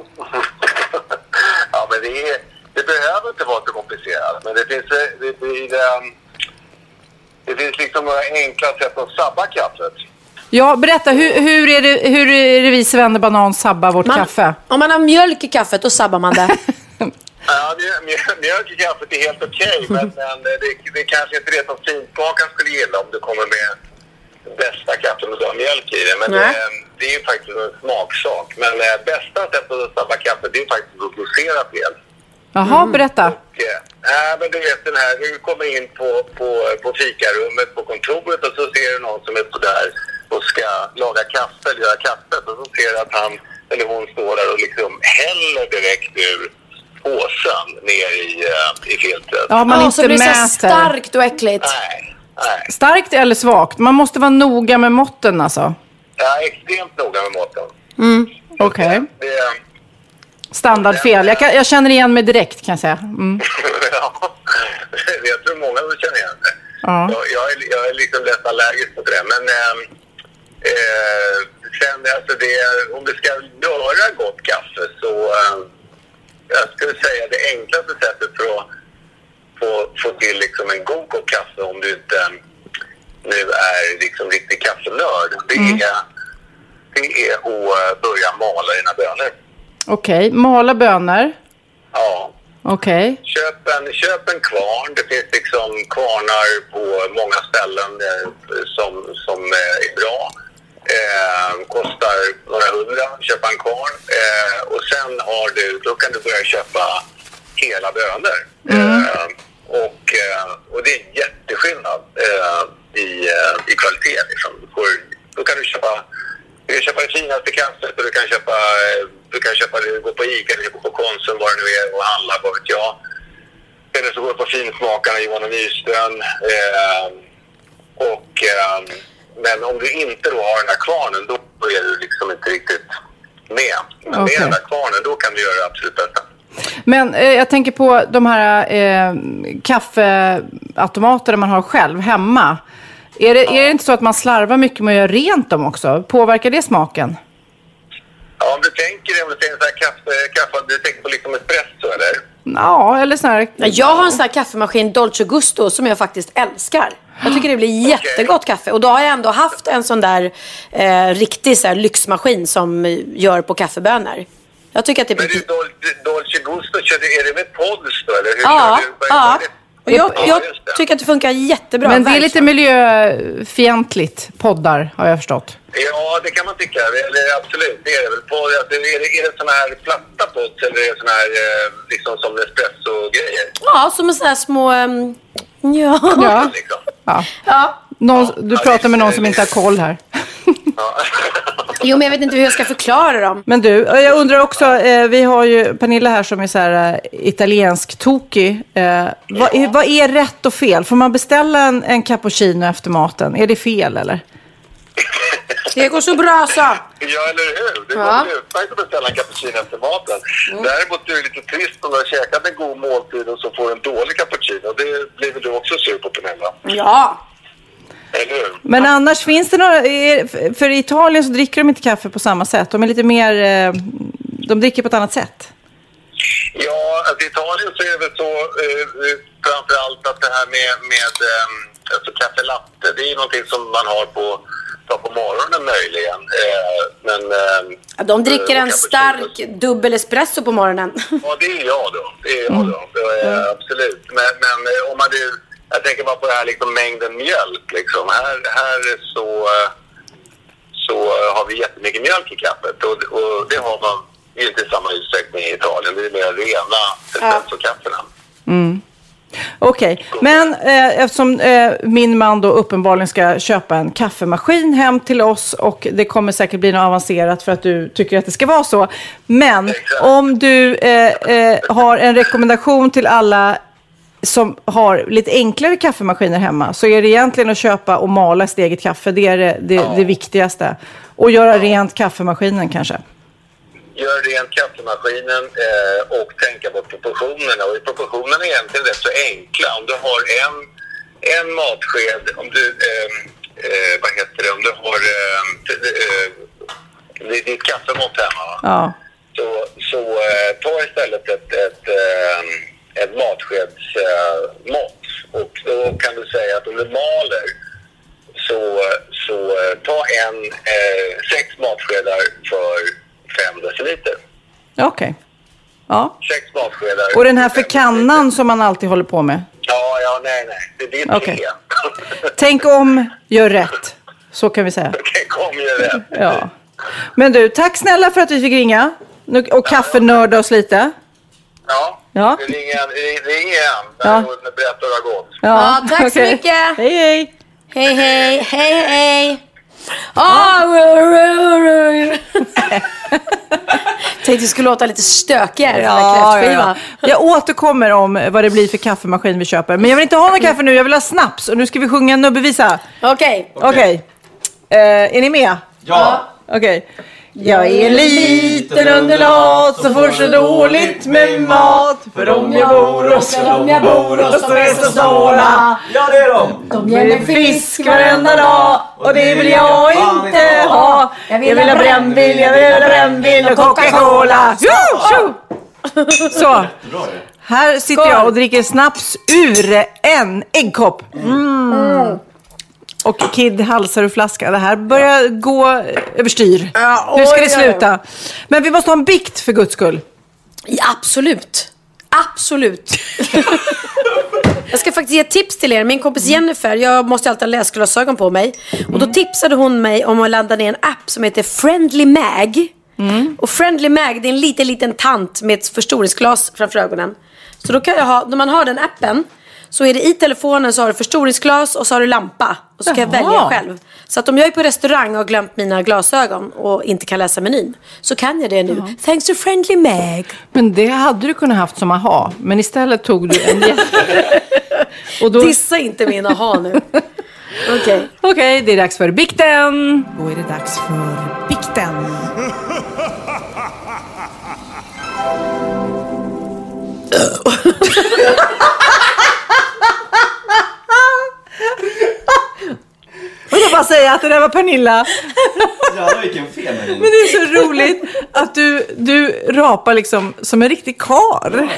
Ja, men det, är, det behöver inte vara så komplicerat. Men det finns, det, det, det, det finns liksom några enkla sätt att sabba kaffet. Ja, berätta. Hur, hur, är, det, hur är det vi Svennebanan sabbar vårt man, kaffe? Om man har mjölk i kaffet, då sabbar man det. Ja, mjölk i kaffet är helt okej, okay, men, men det, det kanske inte är det som finsmakaren skulle gilla om du kommer med bästa kaffet och du har mjölk i det. Men det, det är ju faktiskt en smaksak. Men äh, bästa sättet att sabba kaffet det är faktiskt att dosera fel. Jaha, mm. berätta. Och, äh, men du vet den här, du kommer in på, på, på fikarummet på kontoret och så ser du någon som är så där och ska laga kaffe eller göra kaffet och så ser du att han eller hon står där och liksom häller direkt ur påsen ner i, uh, i filtret. Ja, man ja, inte så blir det så starkt och äckligt. Nej, nej. Starkt eller svagt? Man måste vara noga med måtten alltså. Ja, extremt noga med måtten. Mm, okej. Okay. Standardfel. Jag, kan, jag känner igen mig direkt kan jag säga. Mm. Ja, jag tror många som känner igen det. Ja. Jag, jag, är, jag är liksom lätt allergisk på det. Men eh, eh, sen, alltså det, om du ska göra gott kaffe så eh, jag skulle säga det enklaste sättet för att få, få till liksom en god kopp kaffe om du inte nu är liksom riktig kaffenörd. Det, mm. är, det är att börja mala dina bönor. Okej, okay. Mala bönor? Ja. Okej. Okay. Köp en, köp en kvarn. Det finns liksom kvarnar på många ställen eh, som, som eh, är bra. Eh, kostar några hundra, köpa en kvarn. Eh, och sen har du, då kan du börja köpa hela bönor. Mm. Eh, och, eh, och det är en jätteskillnad eh, i, eh, i kvalitet. Liksom. Du får, då kan du köpa Du kan köpa det finaste kaffet och du kan köpa, du kan köpa, du går på Ica eller på Konsum, vad det nu är, och handla, vad vet jag. Eller så går du på Finsmakarna, Johan och Nyström. Eh, och, eh, men om du inte då har den här kvarnen, då är du liksom inte riktigt med. Men okay. Med den här kvarnen, då kan du göra det absolut bästa. Men eh, jag tänker på de här eh, kaffeautomater man har själv hemma. Är det, är det inte så att man slarvar mycket med att göra rent dem också? Påverkar det smaken? Ja, om du tänker, om du tänker så här kaffe, kaffe, du tänker på liksom espresso, eller? Ja, eller så här. Jag har en sån här kaffemaskin, Dolce Gusto, som jag faktiskt älskar. Jag tycker det blir okay. jättegott kaffe. Och då har jag ändå haft en sån där eh, riktig så här, lyxmaskin som gör på kaffebönor. Jag tycker att det blir... Men du, Dolce, Dolce Gusto, är det med pods då, eller hur? Ja, du, ja. Och jag, jag tycker att det funkar jättebra. Men det är lite miljöfientligt, poddar, har jag förstått. Ja, det kan man tycka. Eller, absolut, det är det väl. På, är, det, är det såna här platta pods eller är det såna här liksom som espresso-grejer? Ja, som såna här små... Um, ja. Ja. ja. ja. Någon, du pratar med någon som inte har koll här. Ja. Jo, men jag vet inte hur jag ska förklara dem. Men du, jag undrar också, eh, vi har ju Pernilla här som är så här eh, italiensk-tokig. Eh, vad, är, vad är rätt och fel? Får man beställa en, en cappuccino efter maten? Är det fel, eller? Det går så bra, så. Ja, eller hur? Det går ja. utmärkt att beställa en cappuccino efter maten. Mm. Däremot är det lite trist om du har käkat en god måltid och så får du en dålig cappuccino. Det blir väl du också sur på, Pernilla? Ja. Men annars finns det några, för i Italien så dricker de inte kaffe på samma sätt. De är lite mer, de dricker på ett annat sätt. Ja, alltså i Italien så är det väl så eh, framförallt att det här med, med eh, alltså kaffe latte, det är någonting som man har på, på morgonen möjligen. Eh, men, eh, ja, de dricker en stark dubbel espresso på morgonen. Ja, det är jag då. Det är jag då. Mm. Eh, absolut. Men, men om man nu... Jag tänker bara på det här liksom, mängden mjölk. Liksom. Här, här så, så har vi jättemycket mjölk i kaffet. Och, och det har man inte i samma utsträckning i Italien. Det är mer rena espresso-kafferna. Mm. Okej, okay. Men eh, eftersom eh, min man då uppenbarligen ska köpa en kaffemaskin hem till oss. Och det kommer säkert bli något avancerat för att du tycker att det ska vara så. Men exakt. Om du eh, eh, har en rekommendation till alla som har lite enklare kaffemaskiner hemma, så är det egentligen att köpa och mala sitt eget kaffe. Det är det, det, ja. det viktigaste. Och göra ja. rent kaffemaskinen kanske. Gör rent kaffemaskinen eh, och tänka på proportionerna. Och proportionerna är egentligen rätt så enkla. Om du har en, en matsked, om du, eh, eh, vad heter det, om du har eh, eh, ditt kaffemått hemma, ja. så, så eh, ta istället ett, ett eh, ett matskedsmått. Eh, och då kan du säga att om du maler så, så eh, ta en eh, sex matskedar för fem deciliter. Okej. Okay. Ja. Sex matskedar. Och den här för kannan som man alltid håller på med? Ja, ja, nej, nej. Det, det är okay. Tänk om, gör rätt. Så kan vi säga. Tänk om, gör rätt. Ja. Men du, tack snälla för att vi fick ringa. Och kaffenörda oss lite. Ja, ja. Det ringer, det ringer igen. Ja. Berätta hur det har gått. Ja, tack okay. så mycket. Hej, hej. Hej, hej, hej, hej. Ah, tänkte det skulle låta lite stökigare. Ja, ja, ja. Jag återkommer om vad det blir för kaffemaskin vi köper. Men jag vill inte ha någon kaffe nu, jag vill ha snaps. Och nu ska vi sjunga en nubbevisa. Okej. Okay. Okej. Okay. Uh, är ni med? Ja. Okej. Okay. Jag är en liten underlat som får så dåligt med mat. För om jag bor och så om jag bor och så är så snåla. Ja, det är de. De ger mig fisk varenda dag och det vill jag inte ha. Jag vill ha brännvin, jag vill ha brännvin och Coca-Cola. Så, här sitter jag och dricker snaps ur en äggkopp. Mm. Och Kid halsar och flaska. Det här börjar gå överstyr. Ja, nu ska det sluta. Men vi måste ha en bikt för Guds skull. Ja, absolut. Absolut. Jag ska faktiskt ge ett tips till er. Min kompis Jennifer, jag måste alltid ha läsglasögon på mig. Och då tipsade hon mig om att ladda ner en app som heter Friendly Mag. Mm. Och Friendly Mag, det är en liten, liten tant med ett förstoringsglas framför ögonen. Så då kan jag ha, när man har den appen, så är det i telefonen så har du förstoringsglas och så har du lampa. Och så kan Jaha. jag välja själv. Så att om jag är på restaurang och har glömt mina glasögon och inte kan läsa menyn, så kan jag det nu. Jaha. Thanks to Friendly Meg. Men det hade du kunnat haft som aha. Men istället tog du en jätte... och då... Dissa inte min aha nu. Okej. Okay. Okej, okay, det är dags för bikten. Då är det dags för bikten. Och jag bara säga att det där var Pernilla. Ja, vilken fel. Men det är så roligt att du, du rapar liksom som en riktig kar.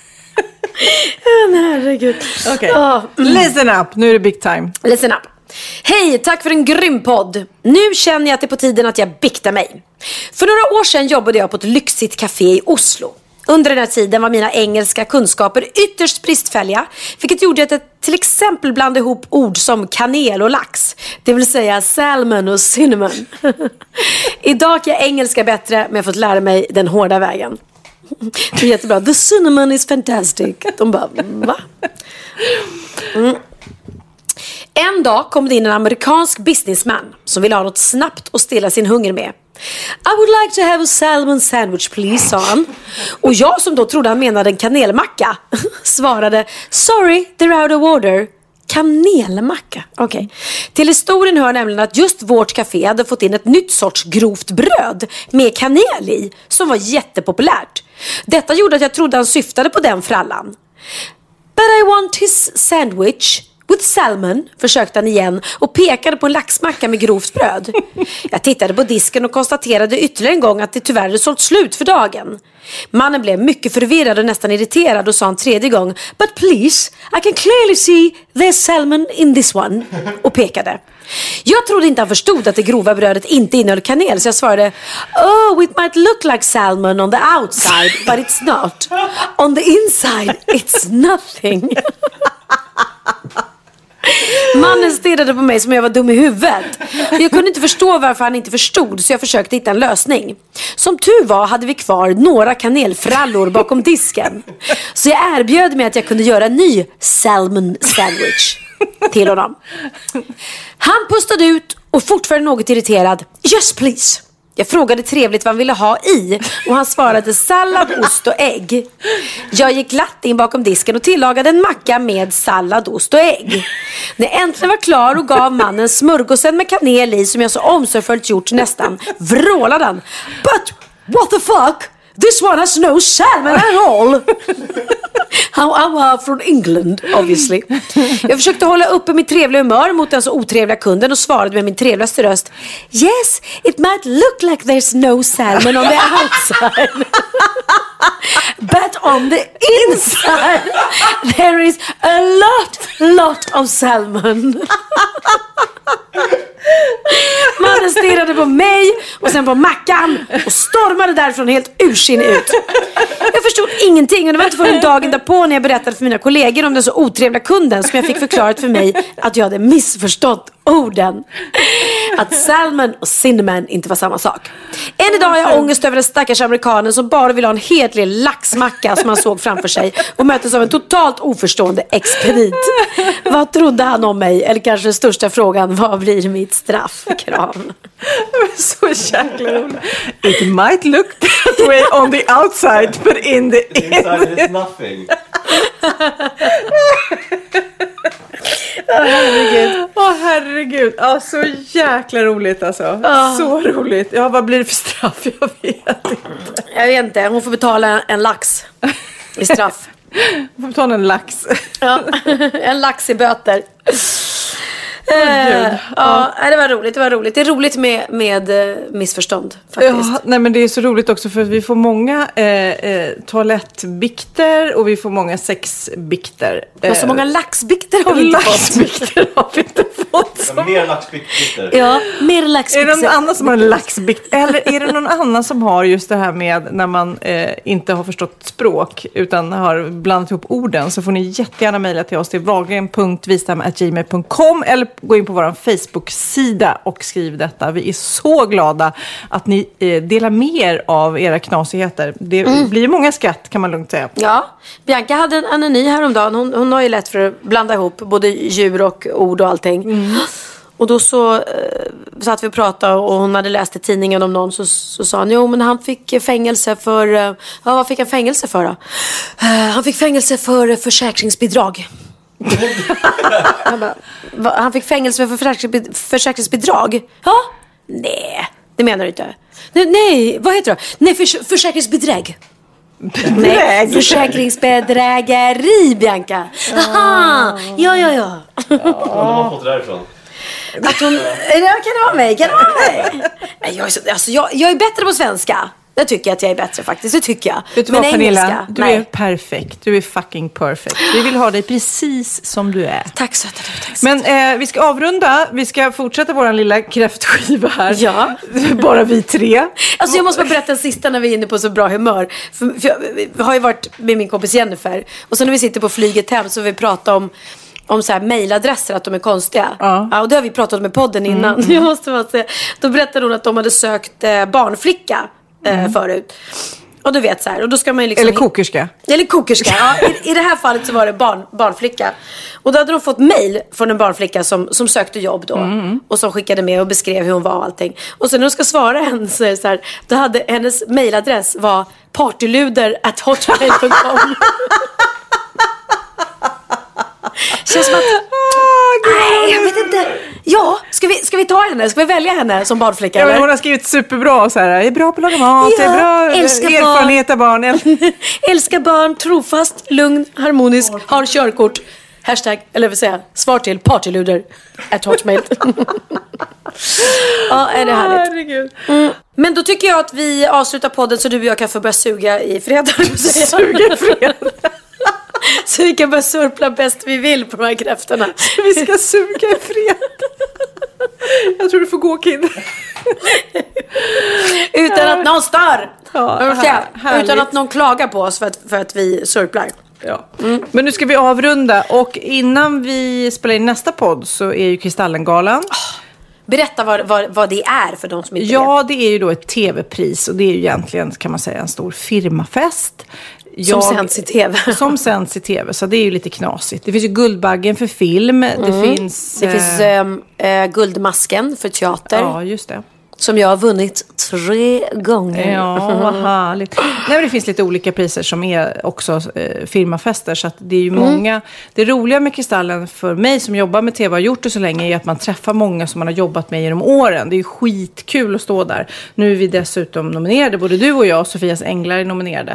Herregud. Okej, okay. oh. Listen up, nu är det big time. Listen up. Hej, tack för en grym podd. Nu känner jag att det är på tiden att jag biktar mig. För några år sedan jobbade jag på ett lyxigt café i Oslo. Under den här tiden var mina engelska kunskaper ytterst bristfälliga, vilket gjorde att jag till exempel blandade ihop ord som kanel och lax, det vill säga salmon och cinnamon. Idag är jag engelska bättre, men jag har fått lära mig den hårda vägen. Det är jättebra. The cinnamon is fantastic. De bara, va? Mm. En dag kom det in en amerikansk businessman som ville ha något snabbt och stilla sin hunger med. I would like to have a salmon sandwich please, sa han. Och jag som då trodde han menade en kanelmacka svarade, sorry, they're out of order. Kanelmacka, okej. Okay. Till historien hör nämligen att just vårt café hade fått in ett nytt sorts grovt bröd med kanel i, som var jättepopulärt. Detta gjorde att jag trodde han syftade på den frallan. But I want his sandwich with salmon, försökte han igen och pekade på en laxmacka med grovt bröd. Jag tittade på disken och konstaterade ytterligare en gång att det tyvärr hade sålt slut för dagen. Mannen blev mycket förvirrad och nästan irriterad och sa en tredje gång, but please, I can clearly see there's salmon in this one, och pekade. Jag trodde inte han förstod att det grova brödet inte innehöll kanel, så jag svarade, oh, it might look like salmon on the outside, but it's not. On the inside, it's nothing. Mannen stirrade på mig som jag var dum i huvudet. Jag kunde inte förstå varför han inte förstod, så jag försökte hitta en lösning. Som tur var hade vi kvar några kanelfrallor bakom disken, så jag erbjöd mig att jag kunde göra en ny salmon sandwich till honom. Han pustade ut och fortfarande något irriterad, yes please. Jag frågade trevligt vad han ville ha i, och han svarade sallad, ost och ägg. Jag gick glatt in bakom disken och tillagade en macka med sallad, ost och ägg. När jag äntligen var klar och gav mannen smörgåsen med kanel i, som jag så omsorgsfullt gjort nästan, vrålade han, but what the fuck? This one has no salmon at all. I'm uh, from England, obviously. Jag försökte hålla uppe mitt trevliga humör mot den så otrevliga kunden och svarade med min trevligaste röst, yes, it might look like there's no salmon on the outside. But on the inside there is a lot, lot of salmon. Mannen stirrade på mig och sen på mackan och stormade därifrån helt ursinnig ut. Jag förstod ingenting, och det var inte förrän dagen därpå när jag berättade för mina kollegor om den så otrevliga kunden som jag fick förklarat för mig att jag hade missförstått orden. Att salmon och cinnamon inte var samma sak. Än idag har jag ångest över den stackars amerikanen som bara vill ha en hedlig laxmacka som han såg framför sig och möttes av en totalt oförstående expedit. Vad trodde han om mig? Eller kanske den största frågan, vad blir mitt straff? Kram. Så jäkla roligt. It might look that way on the outside, but in the inside is nothing. Åh oh, herregud. Åh oh, herregud. Ja, så jäkla roligt alltså. Oh. Så roligt. Ja, vad blir det för straff? Jag vet inte. Jag vet inte. Hon får betala en lax i straff. Hon får betala en lax. Ja, en lax i böter. Oh, uh, ja, det var roligt, det var roligt. Det är roligt med, med uh, missförstånd faktiskt. Ja, nej, men det är så roligt också för att vi får många eh, eh, toalettbikter och vi får många sexbikter. Men så många laxbikter har vi inte laxbikter fått. har vi inte fått. som... Mer laxbitter. Ja, mer laxbitter. Är det någon annan som har en laxbikt? Eller är det någon annan som har just det här med när man eh, inte har förstått språk utan har blandat ihop orden, så får ni jättegärna mejla till oss till wahlgren punkt wistam at gmail punkt com eller gå in på vår Facebook-sida och skriv detta. Vi är så glada att ni eh, delar mer av era knasigheter. Det mm. blir många skratt, kan man lugnt säga. Ja, Bianca hade en anony häromdagen. Hon, hon har ju lätt för att blanda ihop både djur och ord och allting. Mm. Och då så eh, satt vi och pratade och hon hade läst i tidningen om någon, så, så sa han, jo men han fick fängelse för, eh, ja vad fick han fängelse för då? Eh, han fick fängelse för försäkringsbidrag. han, bara, va, han fick fängelse för försäkringsbidrag? försäkringsbidrag? Ja? Nej, det menar du inte. Nej, nej vad heter det? Nej, för, försäkringsbedräg. Nej, försäkringsbedrägeri, Bianca. Aha, ja, ja, ja. Ja, de har fått det därifrån. Att hon, ja, kan det vara mig? Kan det vara mig? Jag är, så, alltså, jag, jag är bättre på svenska. Det tycker jag att jag är bättre faktiskt. Det tycker jag. Vet du vad, Pernilla? Du nej. är perfekt. Du är fucking perfect. Vi vill ha dig precis som du är. Tack så mycket. Men eh, vi ska avrunda. Vi ska fortsätta vår lilla kräftskiva här. Ja. Bara vi tre. Alltså jag måste bara berätta den sista när vi är inne på så bra humör. För, för jag, jag har ju varit med min kompis Jennifer. Och så när vi sitter på flyget hem så vi pratar om om så här mejladresser, att de är konstiga. Ja. Ja, och det har vi pratat om i podden innan. Mm. Jag måste bara säga. Då berättade hon att de hade sökt eh, barnflicka eh, mm. förut. Och du vet så här, och då ska man ju liksom... Eller kokerska. Eller kokerska, ja. I, I det här fallet så var det barn, barnflicka. Och då hade de fått mejl från en barnflicka som, som sökte jobb då. Mm. Och som skickade med och beskrev hur hon var och allting. Och sen när de ska svara henne så är det så här, då hade hennes mejladress var partyluder at hotmail punkt com. Känns som att... Oh, nej, jag vet inte. Ja, ska vi, ska vi ta henne? Ska vi välja henne som barnflicka? Ja, eller? Hon har skrivit superbra. Så här, är bra på att laga mat, ja, är bra erfarenhet av barn. Älskar barn, trofast, lugn, harmonisk, har körkort. Hashtag, eller vill säga, svar till partyluder at hotmail. Ja, är det härligt. Mm. Men då tycker jag att vi avslutar podden så du och jag kan få börja suga i fredag. Suga i fredag. Så vi kan börja surpla bäst vi vill på de här kräftorna. Vi ska suga i fred. Jag tror du får gå, Kid. Utan att någon stör. Ja, här, utan att någon klagar på oss för att, för att vi surplar. Ja. Mm. Men nu ska vi avrunda. Och innan vi spelar in nästa podd så är ju Kristallengalan. Oh. Berätta vad, vad, vad det är för de som inte Ja, vet. Det är ju då ett tv-pris. Och det är ju egentligen, kan man säga, en stor firmafest. Jag, som sänds i tv. Som sänds i tv, så det är ju lite knasigt. Det finns ju Guldbaggen för film. Mm. Det finns... Det finns äh, Guldmasken för teater. Ja, just det. Som jag har vunnit tre gånger. Ja, vad härligt. Nej, men det finns lite olika priser som är också eh, firmafester. Så att det är ju mm. många. Det roliga med Kristallen för mig som jobbar med tv och har gjort det så länge är att man träffar många som man har jobbat med genom åren. Det är ju skitkul att stå där. Nu är vi dessutom nominerade. Både du och jag och Sofias Änglar är nominerade.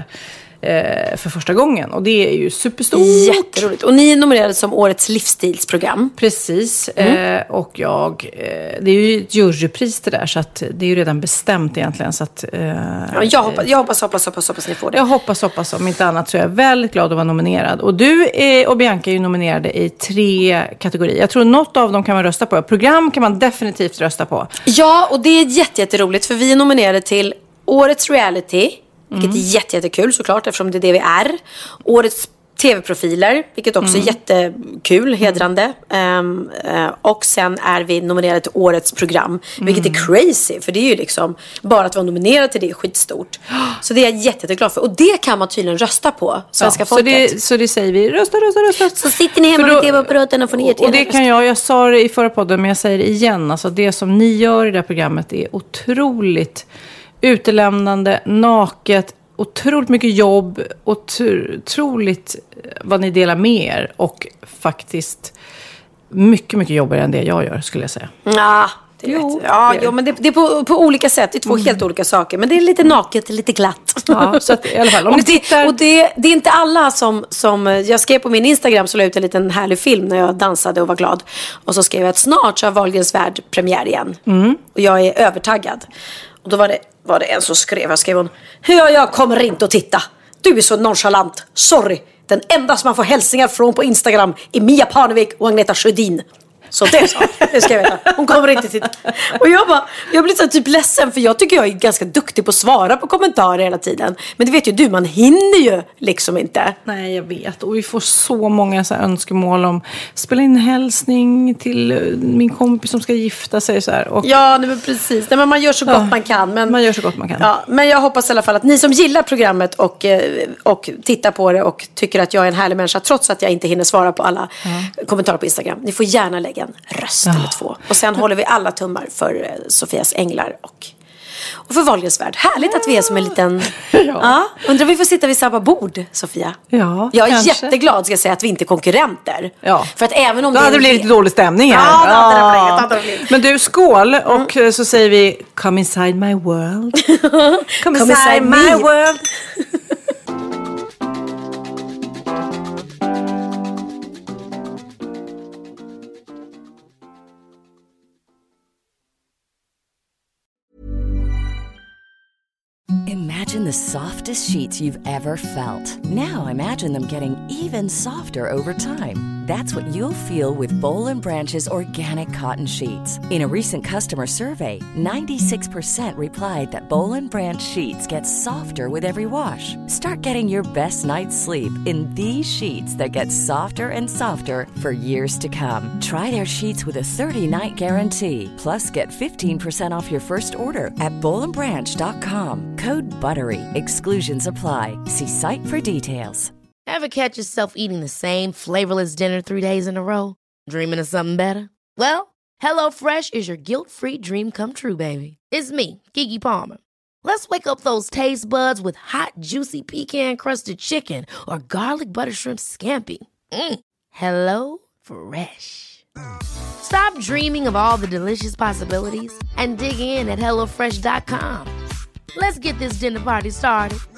För första gången. Och det är ju superstort. Jätteroligt. Och ni är nominerade som årets livsstilsprogram. Precis. Mm. Eh, och jag... Eh, det är ju ett jurypris det där. Så att det är ju redan bestämt egentligen. Så att, eh, ja, jag, hoppas, jag hoppas, hoppas, hoppas, hoppas ni får det. Jag hoppas, hoppas. Om inte annat så är jag väldigt glad att vara nominerad. Och du är, och Bianca är ju nominerade i tre kategorier. Jag tror något av dem kan man rösta på. Program kan man definitivt rösta på. Ja, och det är jätte, jätteroligt. För vi är nominerade till årets reality. Vilket mm. är jätte, jättekul såklart eftersom det är det vi är. Årets tv-profiler, vilket också mm. är jättekul, hedrande. Um, uh, och sen är vi nominerade till årets program, vilket mm. är crazy. För det är ju liksom, bara att vara nominerad till det är skitstort. Så det är jag jätte, jätteglad för. Och det kan man tydligen rösta på, svenska ja, folket. Så det, så det säger vi, rösta, rösta, rösta. Så sitter ni hemma med tv-apparaten och får ni jättegärna. Och det kan jag, jag sa det i förra podden, men jag säger det igen. Alltså det som ni gör i det här programmet är otroligt utelämnande, naket, otroligt mycket jobb, otroligt vad ni delar med er och faktiskt mycket, mycket jobbigare än det jag gör, skulle jag säga. Ja, det är jo, ja, det är. Jo, men det, det är på, på olika sätt, det är två mm. helt olika saker, men det är lite naket, lite glatt. Ja, så att, i alla fall, om och ni tittar... det, och det, det är inte alla som, som, jag skrev på min Instagram så la ut en liten härlig film när jag dansade och var glad. Och så skrev jag att snart så har Wahlgrens värld premiär igen. Mm. Och jag är övertaggad. Och då var det var det en som skrev, jag skrev hon, ja, jag kommer inte att titta. Du är så nonchalant. Sorry. Den enda som man får hälsningar från på Instagram är Mia Parnevik och Agneta Sjödin. Så det sa det ska jag veta. Hon kommer inte titta. Och jag bara, jag blir så typ ledsen för jag tycker jag är ganska duktig på att svara på kommentarer hela tiden. Men det vet ju du, man hinner ju liksom inte. Nej, jag vet. Och vi får så många så här önskemål om spela in hälsning till min kompis som ska gifta sig så här. Och, ja, nej, men precis. Nej, men man gör så gott ja, man kan. Men, man gör så gott man kan. Ja, men jag hoppas i alla fall att ni som gillar programmet och, och tittar på det och tycker att jag är en härlig människa trots att jag inte hinner svara på alla ja. kommentarer på Instagram. Ni får gärna lägga en röst ja. eller två. Och sen håller vi alla tummar för Sofias änglar och, och för Wahlgrens värld. Härligt att vi är som en liten... ja. Ja, undrar vi får sitta vid samma bord, Sofia. Ja, jag är kanske. jätteglad ska jag säga att vi inte är konkurrenter. Ja. För att även om då det hade det blivit lite dålig stämning här. Ja, det hade ja. det hade det blivit. Men du, skål. Och mm. så säger vi come inside my world. Come, come inside, inside my me. world. Imagine the softest sheets you've ever felt. Now imagine them getting even softer over time. That's what you'll feel with Boll and Branch's organic cotton sheets. In a recent customer survey, ninety-six percent replied that Boll and Branch sheets get softer with every wash. Start getting your best night's sleep in these sheets that get softer and softer for years to come. Try their sheets with a thirty-night guarantee. Plus, get fifteen percent off your first order at boll and branch dot com. Code BUTTERY. Exclusions apply. See site for details. Ever catch yourself eating the same flavorless dinner three days in a row? Dreaming of something better? Well, HelloFresh is your guilt-free dream come true, baby. It's me, Keke Palmer. Let's wake up those taste buds with hot, juicy pecan-crusted chicken or garlic butter shrimp scampi. Mm. Hello Fresh. Stop dreaming of all the delicious possibilities and dig in at hello fresh dot com. Let's get this dinner party started.